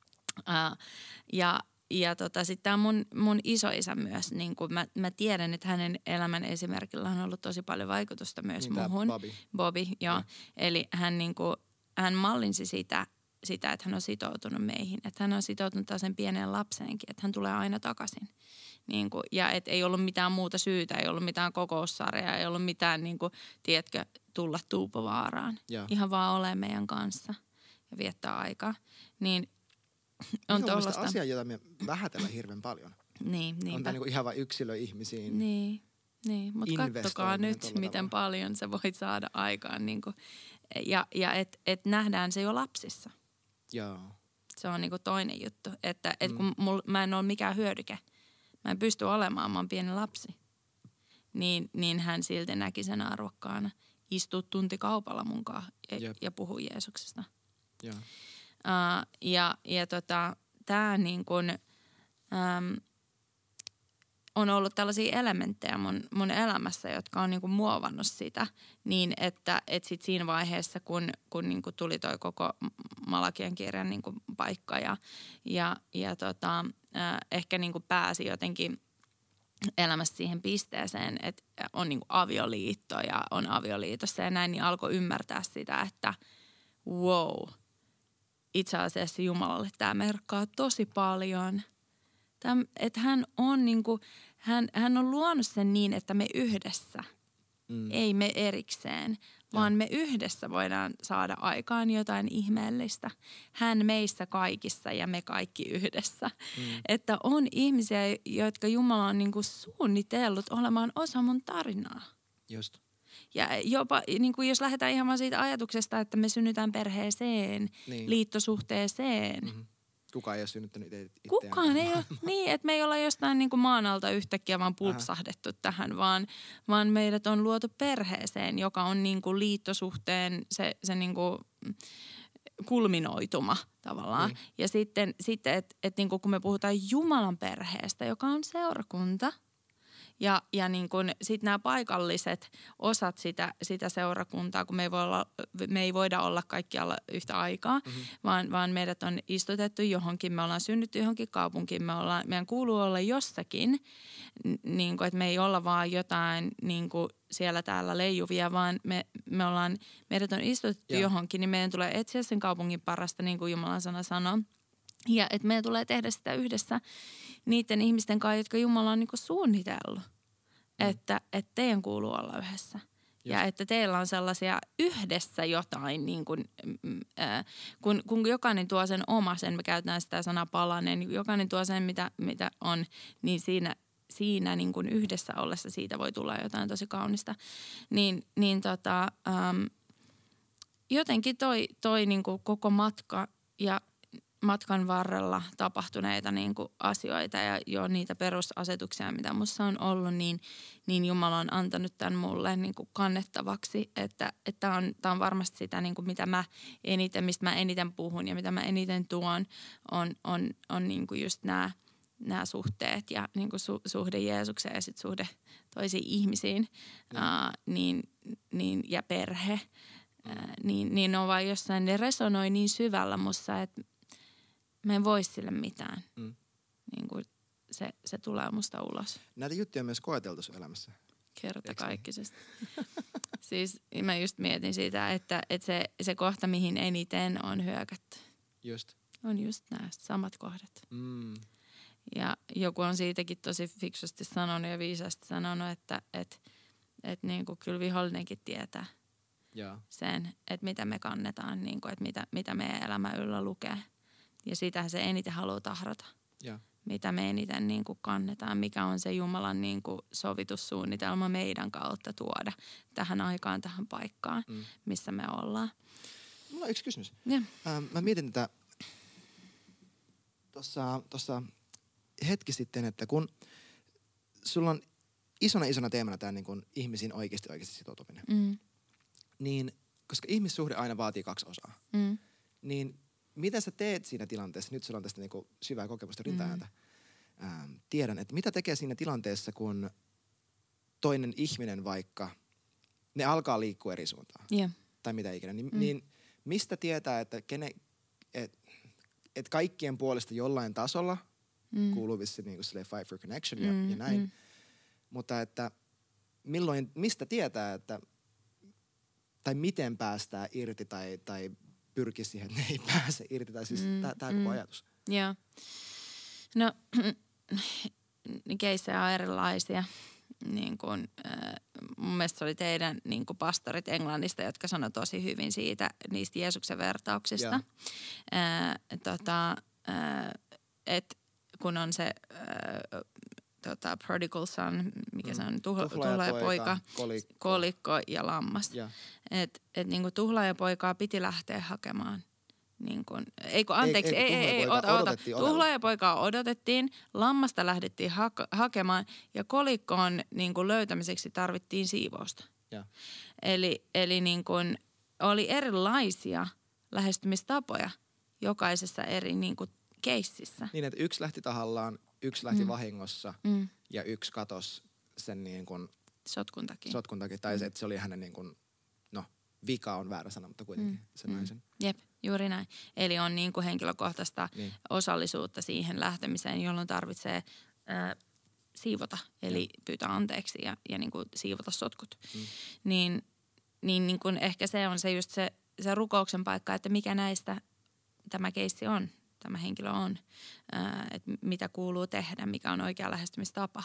Sitten tämä mun isoisä myös, niin kuin mä tiedän, että hänen elämän esimerkillä on ollut tosi paljon vaikutusta myös niin muhun. Bobby, joo. Eli hän mallinsi sitä, että hän on sitoutunut meihin. Että hän on sitoutunut sen pieneen lapseenkin, että hän tulee aina takaisin. Ja et ei ollut mitään muuta syytä, ei ollut mitään kokoussarjaa, ei ollut mitään, tiedätkö, tulla Tuupovaaraan. Ihan vaan ole meidän kanssa ja viettää aikaa. Niin on tollaista. Asia, jota me vähätellään hirveän paljon. Niin. On tämä ihan vain yksilöihmisiin. Niin. Mutta katsokaa nyt, miten paljon sä voit saada aikaan. Ja et nähdään se jo lapsissa. Joo. Se on toinen juttu, että kun mä en ole mikään hyödyke. Mä en pysty olemaan, mä oon pieni lapsi. Niin hän silti näki sen arvokkaana. Istuu tuntikaupalla munkaan ja puhuu Jeesuksesta. Tää niin kun, on ollut tällaisia elementtejä mun elämässä, jotka on niin kuin muovannut sitä niin, että sit siinä vaiheessa, kun niin kuin tuli toi koko Malakian kirjan niin kuin paikka ja ehkä niin kuin pääsi jotenkin elämässä siihen pisteeseen, että on niin kuin avioliitto ja on avioliitossa ja näin, niin alkoi ymmärtää sitä, että wow, itse asiassa Jumalalle tämä merkkaa tosi paljon. Että hän on niinku, hän on luonut sen niin, että me yhdessä, ei me erikseen, vaan me yhdessä voidaan saada aikaan jotain ihmeellistä. Hän meissä kaikissa ja me kaikki yhdessä. Että on ihmisiä, jotka Jumala on niinku suunnitellut olemaan osa mun tarinaa. Just. Ja jopa, niin kuin jos lähdetään ihan vaan siitä ajatuksesta, että me synnytään perheeseen, liittosuhteeseen. Kukaan ei ole synnyttänyt itseään. Kukaan ei ole. Niin, että me ei olla jostain niin kuin maan alta yhtäkkiä vaan pulpsahdettu tähän, vaan meidät on luotu perheeseen, joka on niin kuin liittosuhteen se niin kuin kulminoituma tavallaan. Ja sitten että niin kuin kun me puhutaan Jumalan perheestä, joka on seurakunta, Ja niin kuin sitten nämä paikalliset osat sitä seurakuntaa, kun me ei voida olla kaikkialla yhtä aikaa, vaan meidät on istutettu johonkin, me ollaan synnytty johonkin kaupunkiin, meidän kuuluu olla jossakin, niin kuin, että me ei olla vaan jotain niin kuin siellä täällä leijuvia, vaan meidät on istutettu johonkin, niin meidän tulee etsiä sen kaupungin parasta, niin kuin Jumalan sana sanoo. Ja että meidän tulee tehdä sitä yhdessä niiden ihmisten kanssa, jotka Jumala on niin kuin suunnitellut, että teidän kuuluu olla yhdessä. Ja että teillä on sellaisia yhdessä jotain, niin kuin, kun jokainen tuo sen omasen, me käytetään sitä sanaa palanen, niin jokainen tuo sen, mitä on, niin siinä niin kuin yhdessä ollessa siitä voi tulla jotain tosi kaunista. Jotenkin toi niin kuin koko matka ja matkan varrella tapahtuneita niin kuin asioita ja jo niitä perusasetuksia, mitä musta on ollut, niin Jumala on antanut tämän mulle niin kuin kannettavaksi, että tämä on varmasti sitä, niin kuin mistä mä eniten puhun ja mitä mä eniten tuon, on niin kuin just nämä suhteet ja niin kuin suhde Jeesukseen ja sitten suhde toisiin ihmisiin ja perhe. Niin on vaan jossain, ne resonoi niin syvällä musta, että mä en voi sille mitään. Niin kuin se tulee musta ulos. Näitä juttuja on myös koeteltu sun elämässä. Kertakaikkisesti. Siis mä just mietin siitä, että se kohta, mihin eniten on hyökätty. Just. On just nämä samat kohdat. Ja joku on siitäkin tosi fiksusti sanonut ja viisaasti sanonut, että niin kuin kyllä vihollinenkin tietää sen, että mitä me kannetaan, niin kuin, että mitä meidän elämä yllä lukee. Ja sitähän se eniten haluaa tahrata. Mitä me eniten niin kuin kannetaan, mikä on se Jumalan niin kuin sovitussuunnitelma meidän kautta tuoda tähän aikaan, tähän paikkaan, missä me ollaan. Mulla on yksi kysymys. Mä mietin tätä tuossa hetki sitten, että kun sulla on isona teemana tämä niin kuin ihmisiin oikeasti sitoutuminen, niin koska ihmissuhde aina vaatii 2 osaa, niin mitä sä teet siinä tilanteessa? Nyt sulla on tästä niinku syvää kokemusta rintaääntä. Tiedän, että mitä tekee siinä tilanteessa, kun toinen ihminen vaikka, ne alkaa liikkua eri suuntaan. Tai mitä ikinä. Niin mistä tietää, että et kaikkien puolesta jollain tasolla kuuluu vissi niinku silleen fight for connection ja näin. Mutta että mistä tietää, että tai miten päästään irti tai pyrkii siihen, että ne ei pääse irti. Tai siis tämä koko ajatus. Joo. No, keissejä on erilaisia. Niin kun, mun mielestä se oli teidän niin kun pastorit Englannista, jotka sanoi tosi hyvin niistä Jeesuksen vertauksista. Että kun on se prodigal son, mikä se on, tuhlaajapoika, kolikko ja lammas. Että niin kuin tuhlaajapoikaa piti lähteä hakemaan. Niin kuin, tuhlaajapoikaa odotettiin, lammasta lähdettiin hakemaan ja kolikkoon niin kuin löytämiseksi tarvittiin siivousta. Eli niin kuin oli erilaisia lähestymistapoja jokaisessa eri niin kuin keississä. Niin, että yksi lähti tahallaan, yksi lähti vahingossa ja yksi katosi sen niin kuin sotkun takia. Tai että se oli hänen niin kuin, no vika on väärä sana, mutta kuitenkin sen naisen. Jep, juuri näin. Eli on niin kuin henkilökohtaista osallisuutta siihen lähtemiseen, jolloin tarvitsee siivota, eli pyytää anteeksi ja niin kuin siivota sotkut. Niin kuin ehkä se on se just se rukouksen paikka, että mikä näistä tämä keissi on. Tämä henkilö on, että mitä kuuluu tehdä, mikä on oikea lähestymistapa.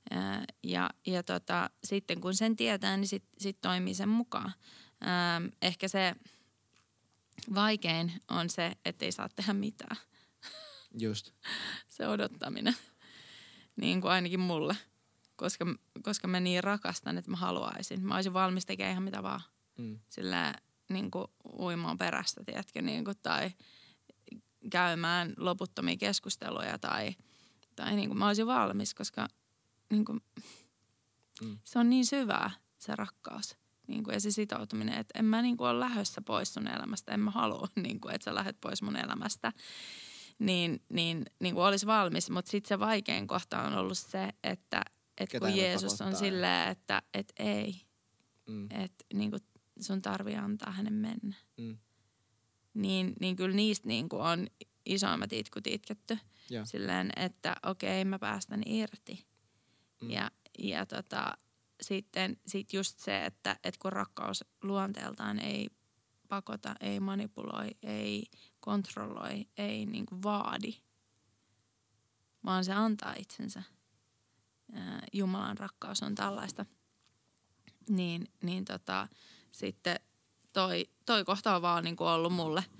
Sitten kun sen tietää, niin sit toimii sen mukaan. Ehkä se vaikein on se, ettei saa tehdä mitään. Just. Se odottaminen, niin kuin ainakin mulle, koska mä niin rakastan, että mä haluaisin. Mä olisin valmis tekemään ihan mitä vaan. Sillä niin kuin uimaan perästä, tiedätkö, niin kuin, tai käymään loputtomia keskusteluja tai niin kuin mä olisin valmis, koska niin kuin, se on niin syvää se rakkaus niin kuin, ja se sitoutuminen, että en mä niin kuin ole lähdössä pois sun elämästä, en mä halua, niin kuin, että sä lähdet pois mun elämästä, niin kuin olisi valmis, mutta sitten se vaikein kohta on ollut se, että kun Jeesus on silleen, että ei, että niinku sun tarvii antaa hänen mennä. Niin kyllä niistä niinku on isoimmat itkut itketty. Silleen, että okei, mä päästän irti. Ja sitten just se, että kun rakkaus luonteeltaan ei pakota, ei manipuloi, ei kontrolloi, ei niinku vaadi, vaan se antaa itsensä. Jumalan rakkaus on tällaista. Niin sitten toi kohta on vaan niinku ollut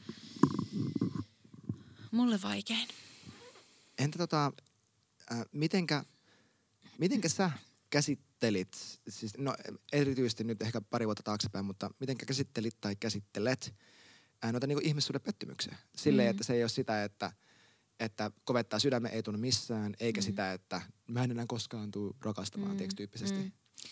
mulle vaikein. Entä mitenkä sä käsittelit, siis no erityisesti nyt ehkä pari vuotta taaksepäin, mutta mitenkä käsittelit tai käsittelet noita niinku ihmissuuden pettymyksiä? Silleen, että se ei ole sitä, että kovettaa sydämen ei tunnu missään, eikä sitä, että mä en enää koskaan tule rakastamaan, tyyppisesti.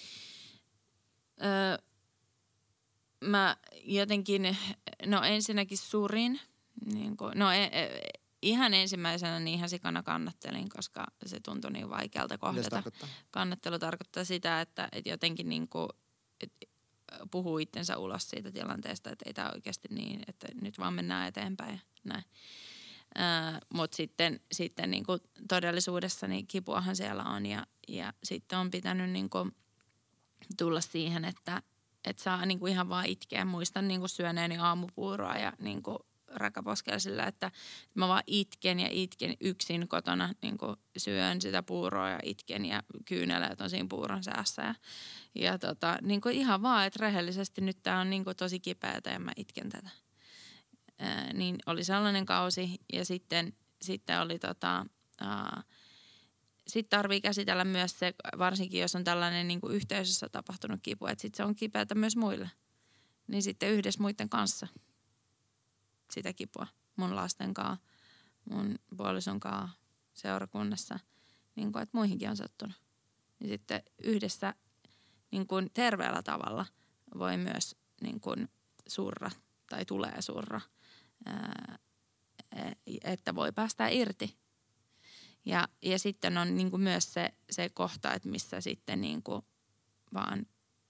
Mä jotenkin, no ensinnäkin surin, niin kuin, ihan ensimmäisenä niin ihan sikana kannattelin, koska se tuntui niin vaikealta kohdata. Kannattelu tarkoittaa sitä, että jotenkin niin kuin, puhuu itsensä ulos siitä tilanteesta, että ei tämä oikeasti niin, että nyt vaan mennään eteenpäin ja näin. Mutta sitten niin kuin todellisuudessa niin kipuahan siellä on ja sitten on pitänyt niin kuin tulla siihen, että saa niin kuin ihan vaan itkeä. Muistan niin kuin syöneeni aamupuuroa ja niin kuin rakaposkella sillä, että mä vaan itken yksin kotona, niin kuin syön sitä puuroa ja itken ja kyyneleet on siinä puuron säässä. Ja niin kuin ihan vaan, että rehellisesti nyt tää on niin kuin tosi kipeätä ja mä itken tätä. Niin oli sellainen kausi ja sitten oli sitten tarvii käsitellä myös se, varsinkin jos on tällainen niin kuin yhteisössä tapahtunut kipu, että sitten se on kipeätä myös muille. Niin sitten yhdessä muiden kanssa sitä kipua. Mun lasten kanssa, mun puolison kanssa, seurakunnassa, niin kuin, että muihinkin on sattunut. Niin sitten yhdessä niin kuin terveellä tavalla voi myös niin kuin surra tai tulee surra, että voi päästä irti. Ja sitten on niin kuin myös se kohta, että missä sitten niin kuin vaan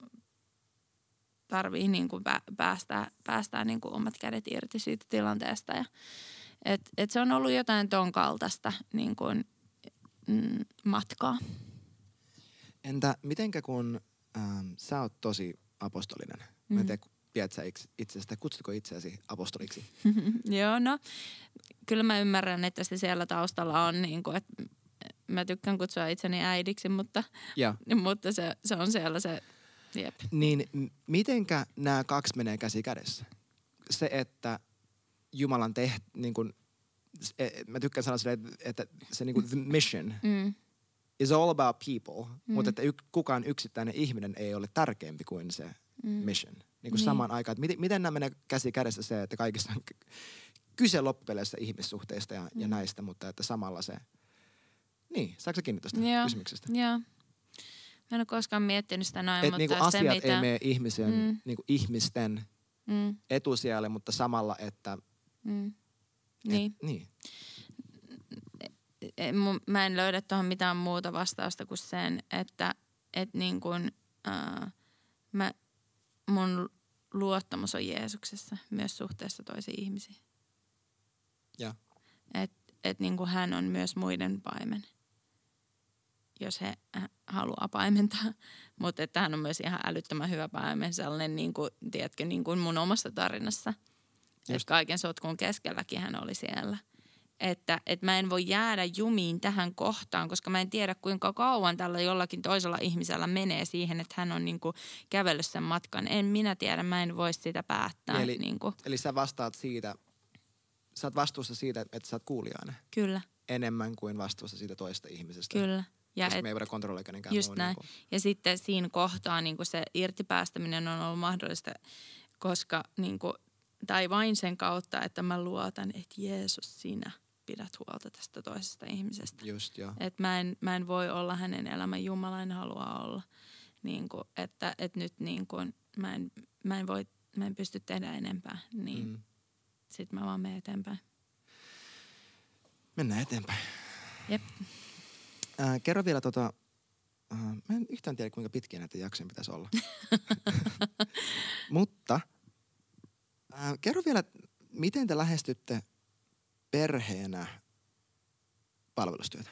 tarvii niin kuin päästää niin kuin omat kädet irti siitä tilanteesta. Ja, et se on ollut jotain ton kaltaista niin kuin, matkaa. Entä mitenkä kun sä oot tosi apostolinen? Mä en tiedä, tiedät sä itsestä, kutsutko itseäsi apostoliksi? Joo, no kyllä mä ymmärrän, että se siellä taustalla on niin kuin, että mä tykkään kutsua itseni äidiksi, mutta se on siellä se, jep. Niin mitenkä nämä kaksi menee käsi kädessä? Se, että Jumalan niin kuin, mä tykkään sanoa silleen, että se niin kuin the mission is all about people, mutta että kukaan yksittäinen ihminen ei ole tärkeämpi kuin se mission. Niin kuin samaan aikaan, että miten nämä menee käsi kädessä se, että kaikissa on kyse loppupeleissä ihmissuhteista ja näistä, mutta että samalla se, niin, saako sä kiinni tuosta kysymyksestä? Joo. Mä en ole koskaan miettinyt sitä noin, mutta niinku se asiat mitä ei mene niinku ihmisten etusijalle, mutta samalla, että niin. Niin. Mä en löydä tuohon mitään muuta vastausta kuin sen, että niin kuin, mun luottamus on Jeesuksessa myös suhteessa toisiin ihmisiin. Ja. Että niin kuin hän on myös muiden paimen, jos he haluaa paimentaa. Mutta että hän on myös ihan älyttömän hyvä paimen, sellainen niin kuin, tiedätkö, niin kuin mun omassa tarinassa. Että kaiken sotkun keskelläkin hän oli siellä. Että mä en voi jäädä jumiin tähän kohtaan, koska mä en tiedä kuinka kauan tällä jollakin toisella ihmisellä menee siihen, että hän on niinku kävellyt sen matkan. En minä tiedä, mä en voi sitä päättää. Eli sä vastaat siitä, sä oot vastuussa siitä, että sä oot kuulijainen. Kyllä. Enemmän kuin vastuussa siitä toista ihmisestä. Kyllä. Koska me ei voida kontrolloida kenenkään just näin. Niin ja sitten siinä kohtaa niin se irtipäästäminen on ollut mahdollista, koska tai vain sen kautta, että mä luotan, että Jeesus, sinä pidät huolta tästä toisesta ihmisestä. Just, joo. Että mä en voi olla hänen elämän Jumala, en halua olla. Että nyt mä en pysty tehdä enempää. Niin sitten mä vaan menen eteenpäin. Mennään eteenpäin. Jep. Kerro vielä Mä en yhtään tiedä, kuinka pitkiä näitä jaksoja pitäisi olla. Mutta kerro vielä, miten te lähestytte perheenä palvelustyötä?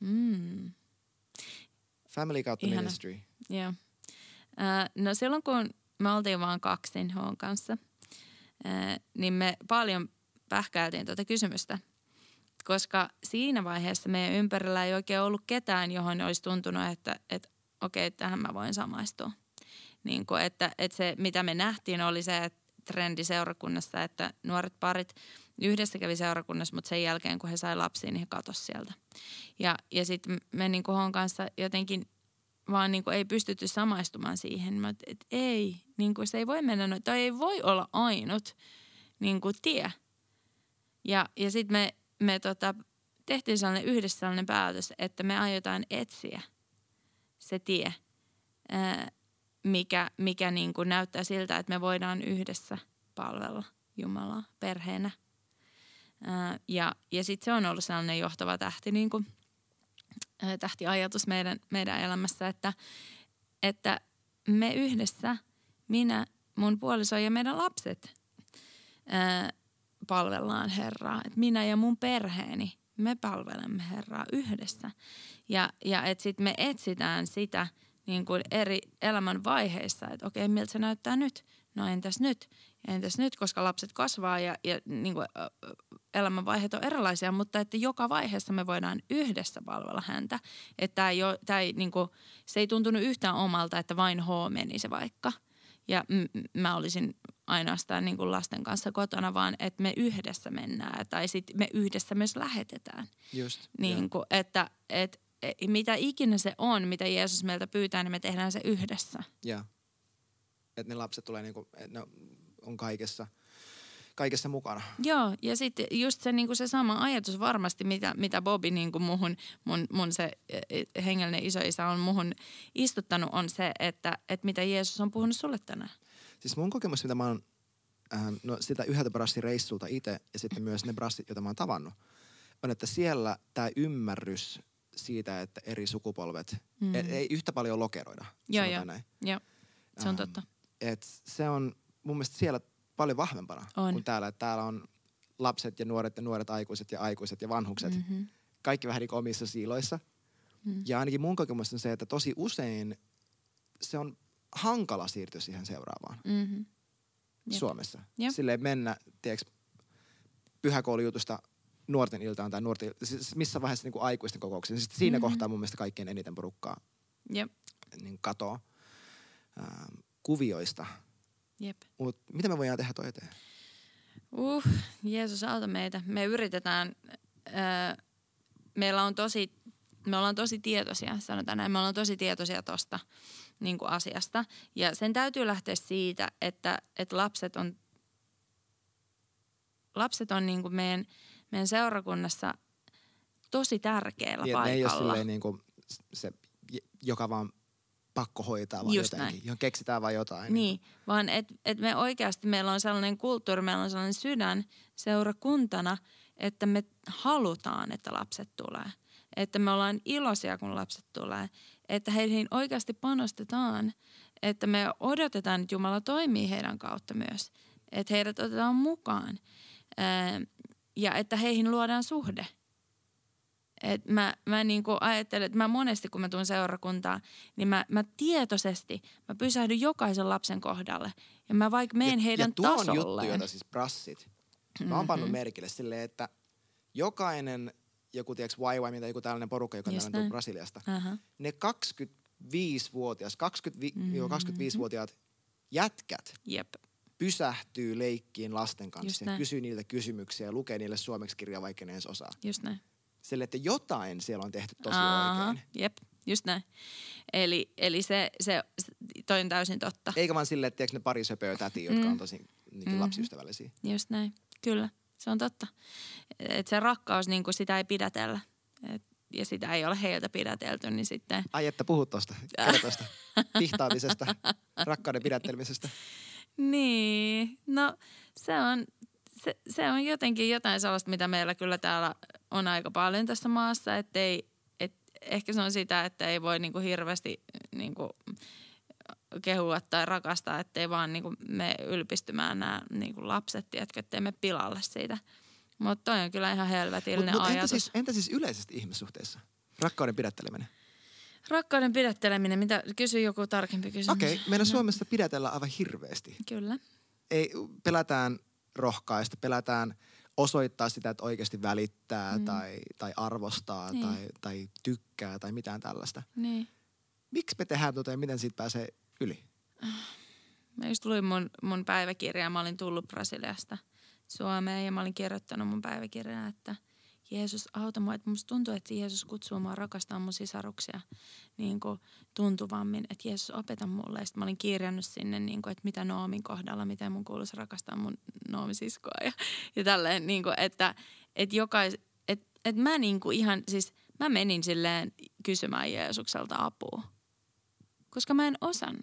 Family kautta ministry. Joo. No silloin, kun me oltiin vaan kaksin Hoon kanssa, niin me paljon pähkäiltiin tuota kysymystä. Koska siinä vaiheessa meidän ympärillä ei oikein ollut ketään, johon olisi tuntunut, että okei, tähän mä voin samaistua. Niin kuin, että se, mitä me nähtiin, oli se trendi seurakunnassa, että nuoret parit yhdessä kävi seurakunnassa, mutta sen jälkeen, kun he sai lapsia, niin he katosi sieltä. Ja sitten me niin kuin Hoon kanssa jotenkin vaan niin kuin ei pystytty samaistumaan siihen. Mä että ei, niin kuin se ei voi mennä, tai ei voi olla ainut niin kuin tie. Ja sitten me tehtiin yhdessä sellainen päätös, että me aiotaan etsiä se tie, mikä niin kuin näyttää siltä, että me voidaan yhdessä palvella Jumalaa perheenä. Ja sitten se on ollut sellainen johtava tähti, niin kuin, tähtiajatus meidän elämässä, että me yhdessä, minä, mun puoliso ja meidän lapset palvellaan Herraa. Että minä ja mun perheeni, me palvelemme Herraa yhdessä. Ja että sitten me etsitään sitä niin kuin eri elämän vaiheissa, että okei, miltä se näyttää nyt? No entäs nyt? Entäs nyt, koska lapset kasvaa ja niin kuin elämänvaiheet on erilaisia, mutta että joka vaiheessa me voidaan yhdessä palvella häntä. Että niin kuin, se ei tuntunut yhtään omalta, että vain H meni se vaikka. Ja mä olisin ainoastaan niin kuin lasten kanssa kotona, vaan että me yhdessä mennään tai sitten me yhdessä myös lähetetään. Just. Niin kuin, että mitä ikinä se on, mitä Jeesus meiltä pyytää, niin me tehdään se yhdessä. Joo. Että ne lapset tulee niinku, ne on kaikessa mukana. Joo, ja sitten just se, niinku se sama ajatus varmasti, mitä Bobby niinku mun se hengellinen isoisä on muhun istuttanut, on se, että mitä Jeesus on puhunut sulle tänään. Siis mun kokemus, mitä mä oon, sitä yhdeltä brassireissulta itse ja sitten myös ne brassit, joita mä oon tavannut, on, että siellä tämä ymmärrys siitä, että eri sukupolvet ei yhtä paljon lokeroida. Joo, se on totta. Et se on mun mielestä siellä paljon vahvempana kuin täällä. Että täällä on lapset ja nuoret aikuiset ja vanhukset. Mm-hmm. Kaikki vähän niin kuin omissa siiloissa. Mm-hmm. Ja ainakin mun kokemus on se, että tosi usein se on hankala siirtyä siihen seuraavaan. Mm-hmm. Suomessa. Yep. Silleen mennä, tiedätkö, pyhäkoulujutusta nuorten iltaan tai siis missä vaiheessa niin kuin aikuisten kokouksiin. Sitten siinä kohtaa mun mielestä kaikkein eniten porukkaa niin katoo kuvioista. Jep. Mutta mitä me voidaan tehdä toi eteen? Jeesus auta meitä. Me yritetään, me ollaan tosi tietoisia, sanotaan näin, me ollaan tosi tietoisia tosta niin kuin asiasta. Ja sen täytyy lähteä siitä, että lapset on niin kuin meidän seurakunnassa tosi tärkeällä paikalla. Ne ei ole silleen niin kuin se, joka vaan pakko hoitaa vaan just jotenkin, näin. johon keksitään vaan jotain. Niin, vaan että me oikeasti, meillä on sellainen kulttuuri, meillä on sellainen sydän seurakuntana, että me halutaan, että lapset tulee. Että me ollaan iloisia, kun lapset tulee. Että heihin oikeasti panostetaan, että me odotetaan, että Jumala toimii heidän kautta myös. Että heidät otetaan mukaan ja että heihin luodaan suhde. Et mä niinku ajattelen, että mä monesti kun mä tuun seurakuntaan, niin mä tietoisesti, mä pysähdyn jokaisen lapsen kohdalle. Ja mä vaikka menen heidän tasolleen. Ja tuo on juttu, jota siis brassit. Mä oon pannut merkille silleen, että jokainen, joku tiedätkö YY, tai joku tällainen porukka, joka on tullut Brasiliasta, ne 25-vuotias, 20-25-vuotiaat jätkät pysähtyy leikkiin lasten kanssa ja kysyy niiltä kysymyksiä ja lukee niille suomeksi kirjaa, vaikka ne edes osaa. Just näin. Sille, että jotain siellä on tehty tosi oikein. Jep, just näin. Eli se toi on täysin totta. Eikä vaan silleen, että ne pari söpöä tätiä, jotka on tosi lapsiystävällisiä. Just näin, kyllä. Se on totta. Että se rakkaus, niin kuin sitä ei pidätellä. Ja sitä ei ole heiltä pidätelty, niin sitten... Ai, että puhut tosta. Kerro tosta pihtaamisesta, rakkauden pidättelemisestä. Niin, no se on jotenkin jotain sellaista, mitä meillä kyllä täällä on aika paljon tässä maassa, että ehkä se on sitä, että ei voi niinku hirveästi niinku kehua tai rakastaa, ettei vaan niinku me ylpistymään nämä niinku lapset, tiedätkö, ettei me pilalle siitä. Mutta toi on kyllä ihan helvetillinen ajatus. Entä siis yleisesti ihmissuhteissa? Rakkauden pidätteleminen. Rakkauden pidätteleminen, mitä kysy joku tarkempi kysymys. Okei, meillä Suomessa pidätellään aivan hirveästi. Kyllä. Ei, pelätään rohkaista, pelätään osoittaa sitä, että oikeasti välittää tai arvostaa tai tykkää tai mitään tällaista. Niin. Miksi me tehdään ja miten siitä pääsee yli? Mä just luin mun päiväkirjaa. Mä olin tullut Brasiliasta Suomeen ja mä olin kirjoittanut mun päiväkirjaa, että Jeesus auta mua. Että musta tuntuu, että Jeesus kutsuu mua rakastamaan mun sisaruksia niin kuin tuntuvammin. Että Jeesus opeta mulle. Ja sitten mä olin kirjannut sinne, niin kuin, että mitä Noomin kohdalla, miten mun kuuluisi rakastaa mun Noomi-siskoa. Ja tälleen, niin kuin, että mä niin kuin ihan, siis mä menin silleen kysymään Jeesukselta apua. Koska mä en osannut.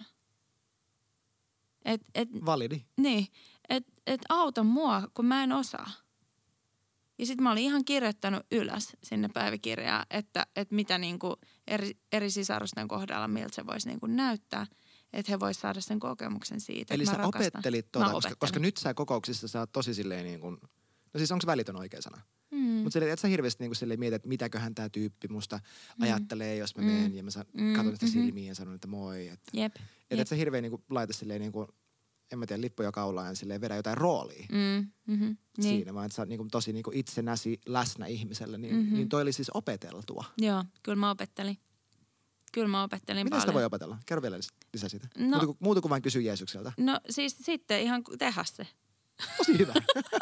Validi. Niin, että auta mua, kun mä en osaa. Ja sitten mä olin ihan kirjoittanut ylös sinne päiväkirjaan, että mitä niinku eri sisarusten kohdalla, miltä se voisi niinku näyttää. Että he vois saada sen kokemuksen siitä, eli että mä sä opettelit koska nyt sä kokouksissa sä oot tosi silleen niin kuin, no siis onko se välitön oikea sana? Mutta silleen, et sä hirveästi niin kuin silleen mieti, että mitäköhän tää tyyppi musta ajattelee, jos mä menen ja mä katson sitä silmiin ja sanon, että moi. Että et sä hirveän niin kuin laita silleen niin kuin, en mä tiedä, lippuja kaulaan ja silleen vedä jotain roolia siinä, vaan että sä oot niin kuin tosi niin kuin itsenäsi läsnä ihmiselle, niin toi oli siis opeteltua. Joo, kyllä mä opettelin. Miten paljon. Sitä voi opetella? Kerro vielä lisää siitä. No, muuta kuin vain kysyä Jeesukselta. No siis sitten ihan tehdä se. Tosi hyvä.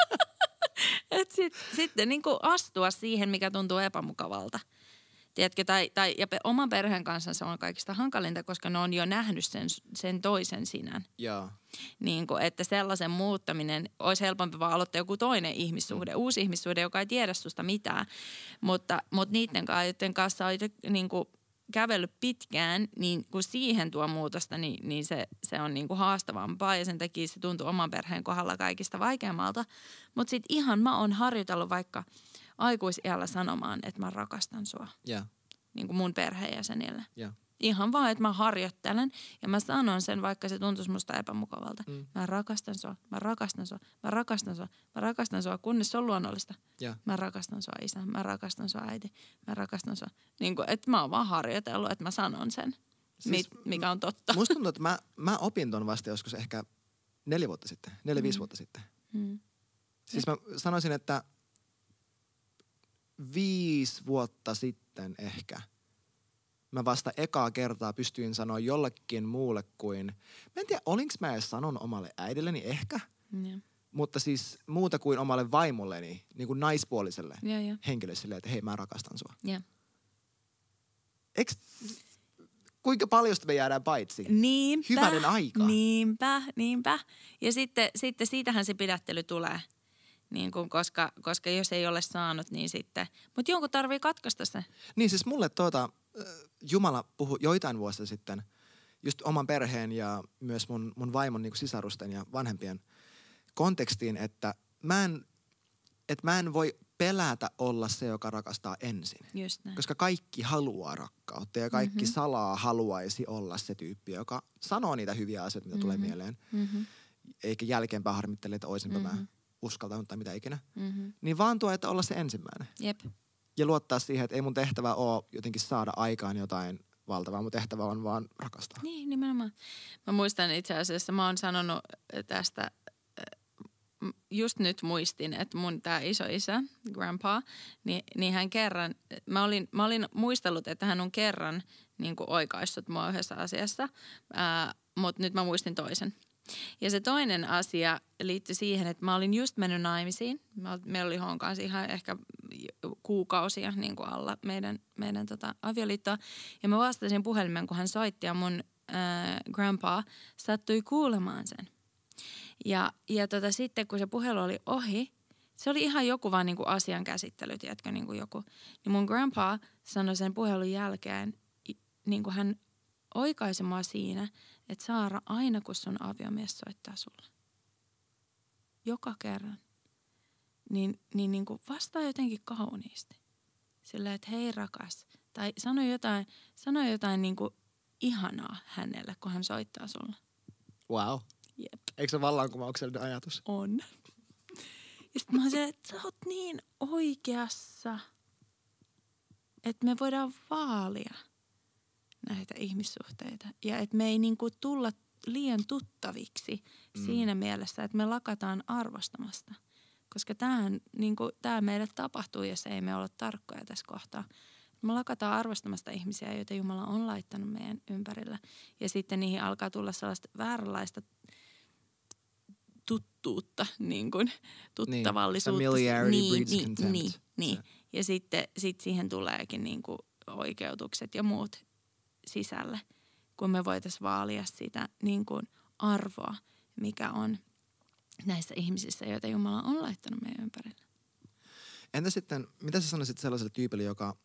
Sitten niin kuin astua siihen, mikä tuntuu epämukavalta. Tiedätkö, ja oman perheen kanssa se on kaikista hankalinta, koska ne on jo nähnyt sen toisen sinän. Joo. Niin kuin, että sellaisen muuttaminen olisi helpompi vaan aloittaa joku toinen ihmissuhde, uusi ihmissuhde, joka ei tiedä susta mitään. Mutta niiden kanssa on niin kuin kävellyt pitkään, niin kun siihen tuo muutosta, niin se on niin kuin haastavampaa ja sen takia se tuntuu oman perheen kohdalla kaikista vaikeammalta. Mutta sitten ihan mä oon harjoitellut vaikka aikuisiällä sanomaan, että mä rakastan sua. Yeah. Niin kuin mun perheenjäsenille. Yeah. Ihan vaan, että mä harjoittelen ja mä sanon sen, vaikka se tuntuisi musta epämukavalta. Mä rakastan sua, mä rakastan sua, mä rakastan sua, mä rakastan sua, kunnes se on luonnollista. Yeah. Mä rakastan sua isä, mä rakastan sua äiti, mä rakastan sua. Niin kuin, että mä oon vaan harjoitellut, että mä sanon sen, siis, mikä on totta. Musta tuntuu, että mä opin ton vasta joskus ehkä 4 vuotta sitten, 4-5 vuotta sitten. Siis mä sanoisin, että 5 vuotta sitten ehkä mä vasta ekaa kertaa pystyin sanoa jollekin muulle kuin, mä en tiedä, olinko mä edes sanon omalle äidilleni ehkä, mutta siis muuta kuin omalle vaimolleni, niin kuin naispuoliselle henkilölle, että hei, mä rakastan sua. Kuinka paljon me jäädään paitsi? Hyvänen aika. Niinpä. Ja sitten siitähän se pidättely tulee. Niin kuin, koska jos ei ole saanut, niin sitten. Mutta jonkun tarvii katkaista se. Niin siis mulle Jumala puhui joitain vuosia sitten just oman perheen ja myös mun vaimon niin kuin sisarusten ja vanhempien kontekstiin, että mä en voi pelätä olla se, joka rakastaa ensin. Just näin. Koska kaikki haluaa rakkautta ja kaikki salaa haluaisi olla se tyyppi, joka sanoo niitä hyviä asioita, mitä tulee mieleen. Eikä jälkeenpäin harmittele, että oisinpä mä uskaltanut tai mitä ikinä. Niin vaan tuo, että olla se ensimmäinen. Jep. Ja luottaa siihen, että ei mun tehtävä ole jotenkin saada aikaan jotain valtavaa. Mun tehtävä on vaan rakastaa. Niin, nimenomaan. Mä muistan itse asiassa, mä oon sanonut tästä, just nyt muistin, että mun tää isoisä, grandpa, niin hän kerran, mä olin muistellut, että hän on kerran niin kuin oikaissut mua yhdessä asiassa, mutta nyt mä muistin toisen. Ja se toinen asia liittyi siihen, että mä olin just mennyt naimisiin. Meillä oli Hoon kanssa ihan ehkä kuukausia niin kuin alla meidän avioliittoa. Ja mä vastasin puhelimen, kun hän soitti ja mun grandpa sattui kuulemaan sen. Ja sitten kun se puhelu oli ohi, se oli ihan joku vaan niin kuin asian käsittely, tiedätkö, niin kuin joku. Niin mun grandpa sanoi sen puhelun jälkeen, niin kuin hän oikaisi mua siinä, että Saara, aina kun sun aviomies soittaa sulle, joka kerran, niin kuin vastaa jotenkin kauniisti. Silleen, että hei rakas, Tai sano jotain niin kuin ihanaa hänelle, kun hän soittaa sulle. Wow. Jep. Eikö se vallankumouksellinen ajatus? On. Ja sit mä oon se, että sä oot niin oikeassa, että me voidaan vaalia näitä ihmissuhteita. Ja että me ei niinku tulla liian tuttaviksi siinä mielessä, että me lakataan arvostamasta. Koska tää meille tapahtuu, jos ei me olla tarkkoja tässä kohtaa. Me lakataan arvostamasta ihmisiä, joita Jumala on laittanut meidän ympärillä. Ja sitten niihin alkaa tulla sellaista vääränlaista tuttuutta, niin kuin tuttavallisuutta. Familiarity breeds contempt. Niin. Ja sitten siihen tuleekin niin kuin oikeutukset ja muut sisälle, kun me voitaisiin vaalia sitä niin kuin arvoa, mikä on näissä ihmisissä, joita Jumala on laittanut meidän ympärille. Entä sitten, mitä sä sanoisit sellaiselle tyypille, joka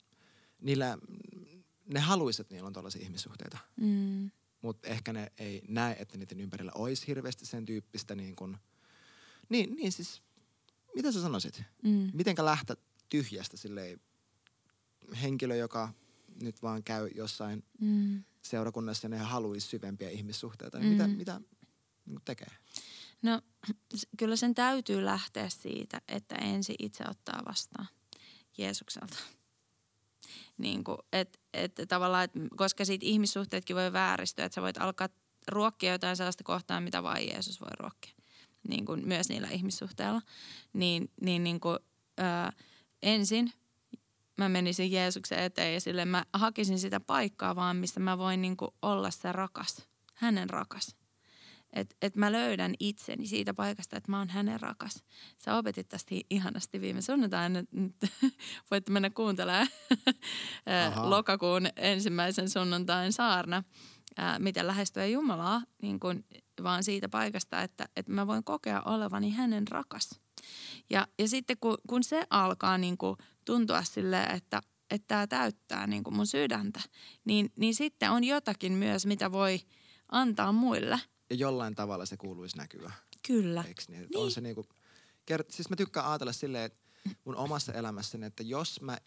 ne haluaisi, että niillä on tällaisia ihmissuhteita, mutta ehkä ne ei näe, että niiden ympärillä olisi hirveästi sen tyyppistä niin siis, mitä sä sanoisit? Mitenkä lähteä tyhjästä silleen henkilö, joka nyt vaan käy jossain seurakunnassa ja ne haluaisi syvempiä ihmissuhteita, niin mitä niin tekee? No kyllä sen täytyy lähteä siitä, että ensin itse ottaa vastaan Jeesukselta. Niin kuin, että tavallaan, että koska siitä ihmissuhteetkin voi vääristyä, että sä voit alkaa ruokkia jotain sellaista kohtaa, mitä vain Jeesus voi ruokkia. Niin kuin myös niillä ihmissuhteilla. Niin kuin, ensin mä menisin Jeesuksen eteen ja sille mä hakisin sitä paikkaa vaan, missä mä voin niin kuin olla se rakas, hänen rakas. Että mä löydän itseni siitä paikasta, että mä oon hänen rakas. Sä opetit tästä ihanasti viime sunnuntaina. Nyt voitte mennä kuuntelemaan lokakuun ensimmäisen sunnuntain saarna, miten lähestyä Jumalaa, niin kun, vaan siitä paikasta, että mä voin kokea olevani hänen rakas. Ja sitten kun se alkaa niin kun tuntua silleen, että tämä täyttää niin kun mun sydäntä, niin sitten on jotakin myös, mitä voi antaa muille. Ja jollain tavalla se kuuluisi näkyä. Kyllä. Eikö niin? On se niinku, siis mä tykkään ajatella silleen, että mun omassa elämässäni, että jos mä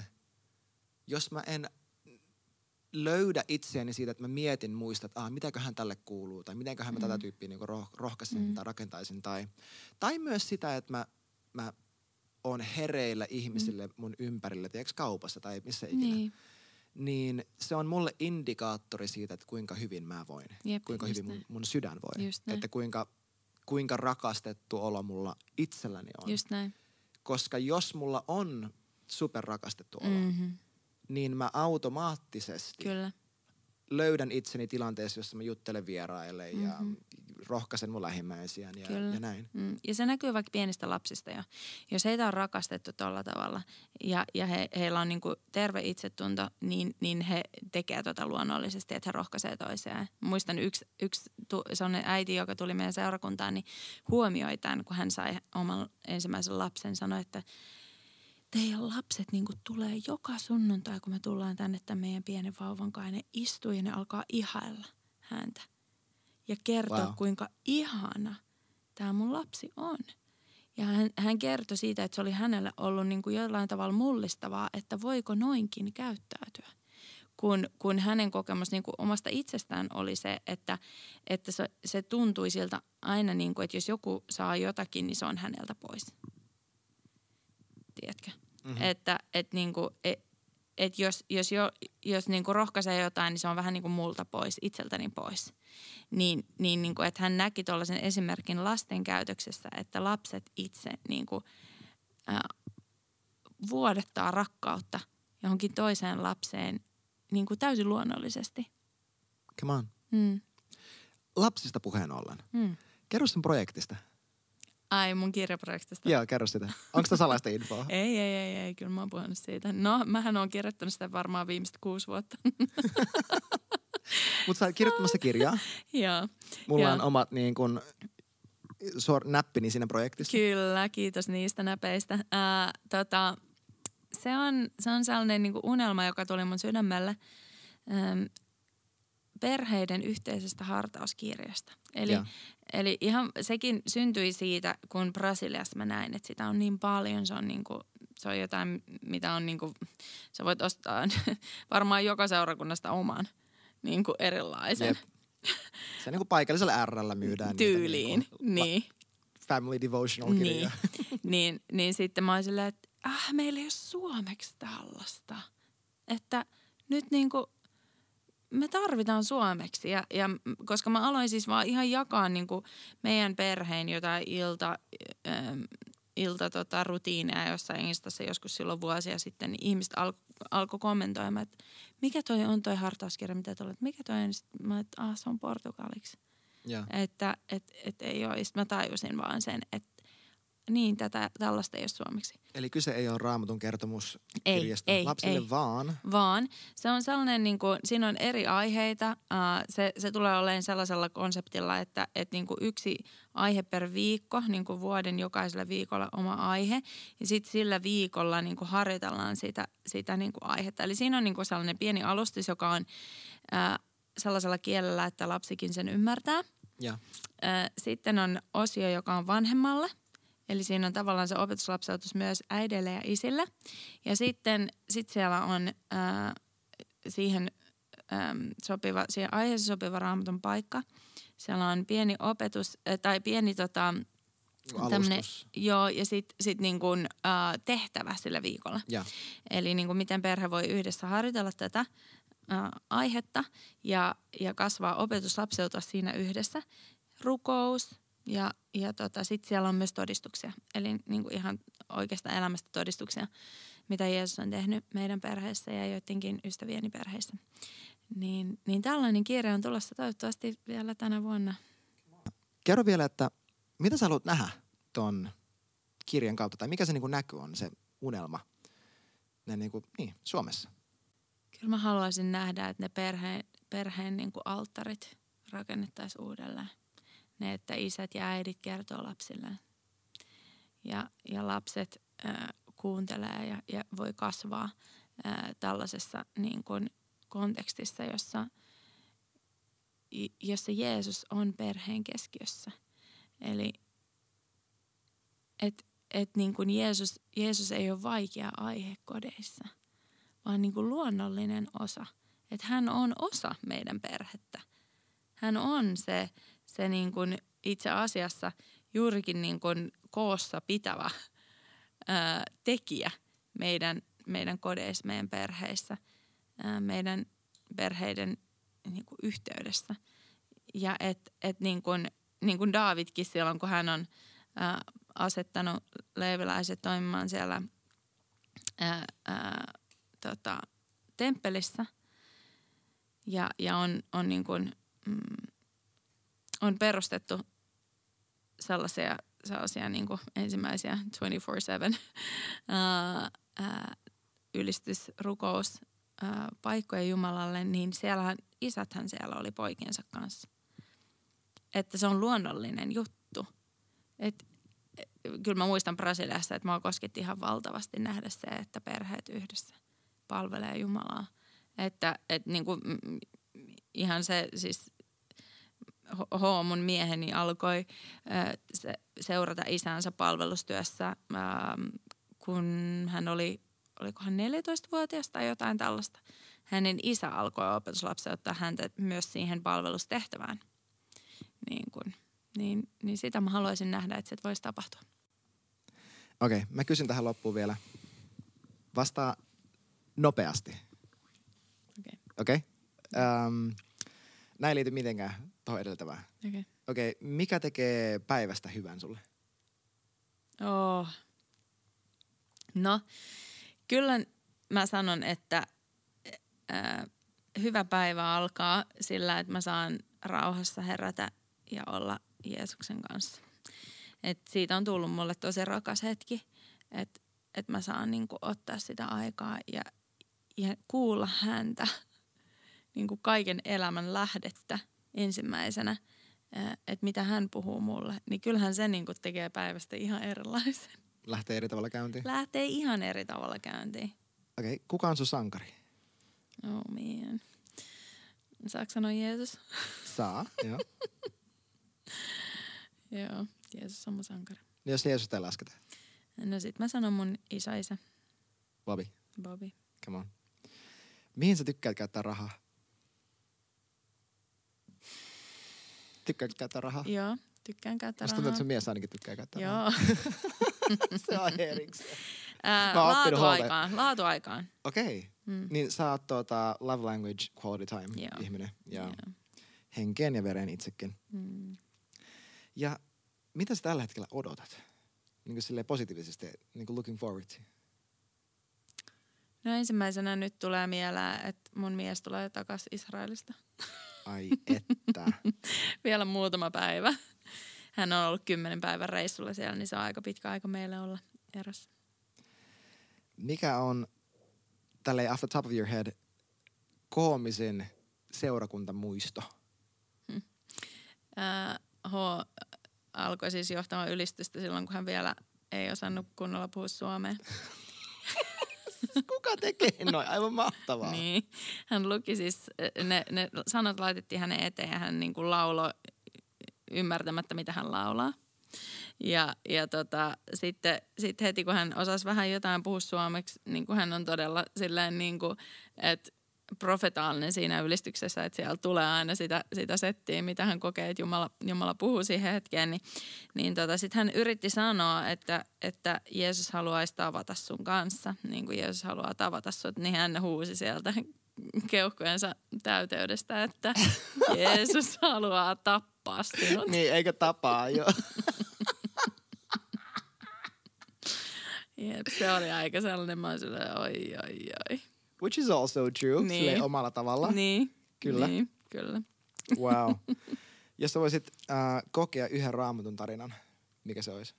en löydä itseäni siitä, että mä mietin muista, että mitäköhän tälle kuuluu, tai mitenköhän mä tätä tyyppiä niinku rohkaisin tai rakentaisin, tai myös sitä, että mä oon hereillä ihmisille mun ympärillä, tiedätkö kaupassa tai missä ikinä. Niin se on mulle indikaattori siitä, että kuinka hyvin mä voin. Kuinka hyvin mun sydän voi. Että kuinka rakastettu olo mulla itselläni on. Just näin. Koska jos mulla on superrakastettu olo, niin mä automaattisesti löydän itseni tilanteessa, jossa mä juttelen vieraille ja rohkaisen mun lähimmäisiä ja näin. Ja se näkyy vaikka pienistä lapsista jo. Jos heitä on rakastettu tolla tavalla ja heillä on niinku terve itsetunto, niin he tekee tota luonnollisesti, että he rohkaisee toisiaan. Muistan yksi sellainen äiti, joka tuli meidän seurakuntaan, niin huomioi tämän, kun hän sai oman ensimmäisen lapsen, sanoi, että teidän lapset niin kuin tulee joka sunnuntai, kun me tullaan tänne tämän meidän pienen vauvan kanssa, ne istuu ja ne alkaa ihailla häntä. Ja kertoo, kuinka ihana tämä mun lapsi on. Ja hän kertoi siitä, että se oli hänelle ollut niin kuin jollain tavalla mullistavaa, että voiko noinkin käyttäytyä. Kun hänen kokemus niin kuin omasta itsestään oli se, että se tuntui siltä aina, niin kuin, että jos joku saa jotakin, niin se on häneltä pois. Tiedätkö? Että niinku, jos niinku rohkaisee jotain, niin se on vähän niin kuin multa pois, itseltäni pois. Niin niinku, että hän näki tuollaisen esimerkin lasten käytöksessä, että lapset itse niinku, vuodattaa rakkautta johonkin toiseen lapseen niinku täysin luonnollisesti. Come on. Lapsista puheen ollen. Kerro sen projektista. Ai, mun kirjaprojektista. Joo, kerro sitä. Onko tämä salaista infoa? Ei, kyllä mä oon puhunut siitä. No, mähän oon kirjoittanut sitä varmaan viimeiset 6 vuotta. Mutta sä oot kirjoittamassa kirjaa. Joo. Mulla on omat niin kun, näppini siinä projektissa. Kyllä, kiitos niistä näpeistä. Se on sellainen niin kuin unelma, joka tuli mun sydämelle perheiden yhteisestä hartauskirjasta. Eli ihan sekin syntyi siitä, kun Brasiliassa mä näin, että sitä on niin paljon. Se on niin kuin se on jotain, mitä on niinku, sä voit ostaa varmaan joka seurakunnasta oman niinku erilaisen. Jep. Se niinku paikallisella R:llä myydään. Tyyliin, niitä niin. Family devotional-kirjoja. Niin sitten mä oon silleen, että meillä ei ole suomeksi tällaista. Että nyt niinku me tarvitaan suomeksi. Ja koska mä aloin siis vaan ihan jakaa niinku meidän perheen jotain rutiineja jossain Instassa joskus silloin vuosia sitten, niin ihmiset alkoi kommentoimaan, että mikä toi on toi hartauskirja, mitä tuolla, mikä toi on, sitten mä että se on portugaliksi. Ja. Että ei ole. Sitten mä tajusin vaan sen, että niin, tällaista ei ole suomeksi. Eli kyse ei ole Raamatun kertomuskirjasta lapsille, ei. vaan se on sellainen, niin kuin, siinä on eri aiheita. Se tulee olemaan sellaisella konseptilla, että niin kuin yksi aihe per viikko, niin kuin vuoden jokaisella viikolla oma aihe. Ja sitten sillä viikolla niin kuin harjoitellaan sitä niin kuin aihetta. Eli siinä on niin kuin sellainen pieni alustus, joka on sellaisella kielellä, että lapsikin sen ymmärtää. Ja. Sitten on osio, joka on vanhemmalle. Eli siinä on tavallaan se opetuslapseutus myös äideille ja isille. Ja sitten siellä on siihen aiheeseen sopiva Raamatun paikka. Siellä on pieni opetus, tai pieni alustus. Joo, ja sit niin kuin, tehtävä sillä viikolla. Ja. Eli niin kuin miten perhe voi yhdessä harjoitella tätä aihetta ja kasvaa opetuslapseutua siinä yhdessä. Rukous. Ja sitten siellä on myös todistuksia, eli niin kuin ihan oikeasta elämästä todistuksia, mitä Jeesus on tehnyt meidän perheessä ja joidenkin ystävieni perheissä. Niin tällainen kirja on tulossa toivottavasti vielä tänä vuonna. Kerro vielä, että mitä sä haluat nähdä ton kirjan kautta, tai mikä se niinku näky on, se unelma Suomessa? Kyllä mä haluaisin nähdä, että ne perheen niin kuin alttarit rakennettaisiin uudelleen. Ne, että isät ja äidit kertoo lapsilleen. Ja lapset kuuntelee ja voi kasvaa tällaisessa niin kuin kontekstissa, jossa Jeesus on perheen keskiössä. Eli et niin kuin Jeesus ei ole vaikea aihe kodeissa, vaan niin kuin luonnollinen osa. Että hän on osa meidän perhettä. Hän on se niin kuin itse asiassa juurikin niin kuin koossa pitävä tekijä meidän kodeissa, meidän perheissä, meidän perheiden niin kuin yhteydessä. Ja et niin kuin Daavidkin silloin, kun hän on asettanut leeviläiset toimimaan siellä temppelissä ja on niin kuin on perustettu sellaisia niin kuin ensimmäisiä 24/7 ylistysrukouspaikkoja Jumalalle, niin isäthän siellä oli poikiensa kanssa. Että se on luonnollinen juttu. Kyllä mä muistan Brasiliassa, että mua kosketti ihan valtavasti nähdä se, että perheet yhdessä palvelee Jumalaa. Että niin kuin, ihan se siis mun mieheni alkoi seurata isänsä palvelustyössä, kun hän olikohan 14-vuotias tai jotain tällaista. Hänen isä alkoi opetuslapseuttaa häntä myös siihen palvelustehtävään. Niin sitä mä haluaisin nähdä, että se voisi tapahtua. Okei, mä kysyn tähän loppuun vielä. Vastaa nopeasti. Okei. Näin ei liity mitenkään tuohon edeltävään. Okei, mikä tekee päivästä hyvän sulle? No, kyllä mä sanon, että hyvä päivä alkaa sillä, että mä saan rauhassa herätä ja olla Jeesuksen kanssa. Et siitä on tullut mulle tosi rakas hetki, että mä saan niinku ottaa sitä aikaa ja kuulla häntä niinku kaiken elämän lähdettä ensimmäisenä, että mitä hän puhuu mulle. Niin kyllähän se niinku tekee päivästä ihan erilaisen. Lähtee eri tavalla käyntiin? Lähtee ihan eri tavalla käyntiin. Okei, kuka on sun sankari? Oh man. Saatko sanoa Jeesus? Saa, joo. Joo, Jeesus on mun sankari. Jos Jeesus ei lasketa? No sit mä sanon mun isoisä. Bobby. Bobby. Come on. Mihin sä tykkäät käyttää rahaa? Tykkäätkö käyttää rahaa? Joo, tykkään käyttää Musta tuntuu, että sun mies ainakin tykkää käyttää Joo. rahaa. Se on erikseen. Laatuaikaan. Okei. Niin sä oot love language, quality time ihminen. Ja henkeen ja veren itsekin. Ja mitä sä tällä hetkellä odotat? Niin kuin silleen positiivisesti, niin kuin looking forward to. No ensimmäisenä nyt tulee mieleen, että mun mies tulee takaisin Israelista. Ai että. Vielä muutama päivä. Hän on ollut 10 päivän reissulla siellä, niin se on aika pitkä aika meille olla erossa. Mikä on tälleen off the top of your head koomisin seurakuntamuisto? H alkoi siis johtamaan ylistystä silloin, kun hän vielä ei osannut kunnolla puhua suomea. Kuka tekee noin? Aivan mahtavaa. Niin. Hän luki siis, ne sanat laitettiin hänen eteen ja hän niin kuin lauloi ymmärtämättä, mitä hän laulaa. Ja sitten heti, kun hän osasi vähän jotain puhua suomeksi, niin kuin hän on todella silleen niin kuin, että profetaalinen siinä ylistyksessä, että siellä tulee aina sitä settiä, mitä hän kokee, että Jumala puhuu siihen hetkeen, niin sitten hän yritti sanoa, että Jeesus haluaisi tavata sun kanssa, niin kuin Jeesus haluaa tavata sut, niin hän huusi sieltä keuhkojensa täyteydestä, että Jeesus haluaa tappaa sinut. Niin, eikä tapaa jo. Jep, se oli aika sellainen, mä oon silleen, oi. Which is also true, niin. Silleen omalla tavalla. Niin. Kyllä. Niin, kyllä. Wow. Jos sä voisit kokea yhden Raamatun tarinan, mikä se olisi?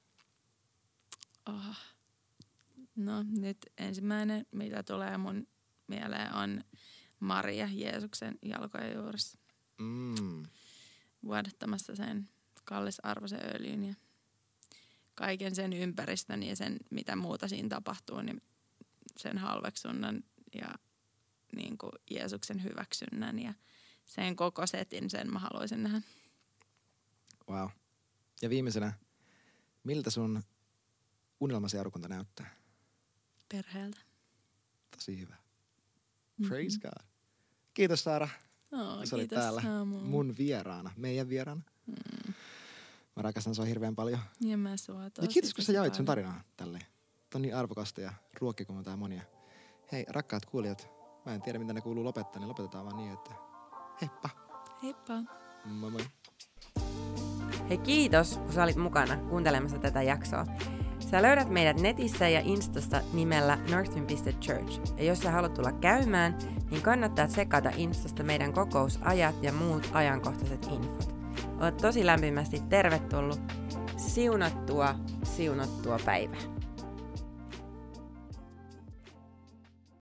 No nyt ensimmäinen, mitä tulee mun mieleen, on Maria Jeesuksen jalkojen juuressa. Vuodattamassa sen kallisarvoisen öljyn ja kaiken sen ympäristön ja sen, mitä muuta siinä tapahtuu, niin sen halveksunnan ja niin kuin Jeesuksen hyväksynnän ja sen koko setin, sen mä haluaisin nähdä. Wow. Ja viimeisenä, miltä sun unelmaseurakunta näyttää? Perheeltä. Tosi hyvä. Praise God. Kiitos Saara. Sä olit täällä mun vieraana, meidän vieraana. Mä rakastan sua hirveän paljon. Ja mä sua tosi. Ja kiitos, kun sä jaoit sun tarinaa tälleen. Tämä on niin arvokasta ja ruokkiko tää monia. Hei, rakkaat kuulijat. Mä en tiedä, mitä ne kuuluu lopettaa, niin lopetetaan vaan niin, että heippa. Heippa. Moi moi. Hei kiitos, kun sä olit mukana kuuntelemassa tätä jaksoa. Sä löydät meidät netissä ja Instasta nimellä northwind.church. Ja jos sä haluat tulla käymään, niin kannattaa tsekata Instasta meidän kokousajat ja muut ajankohtaiset infot. Oot tosi lämpimästi tervetullut. Siunattua päivää.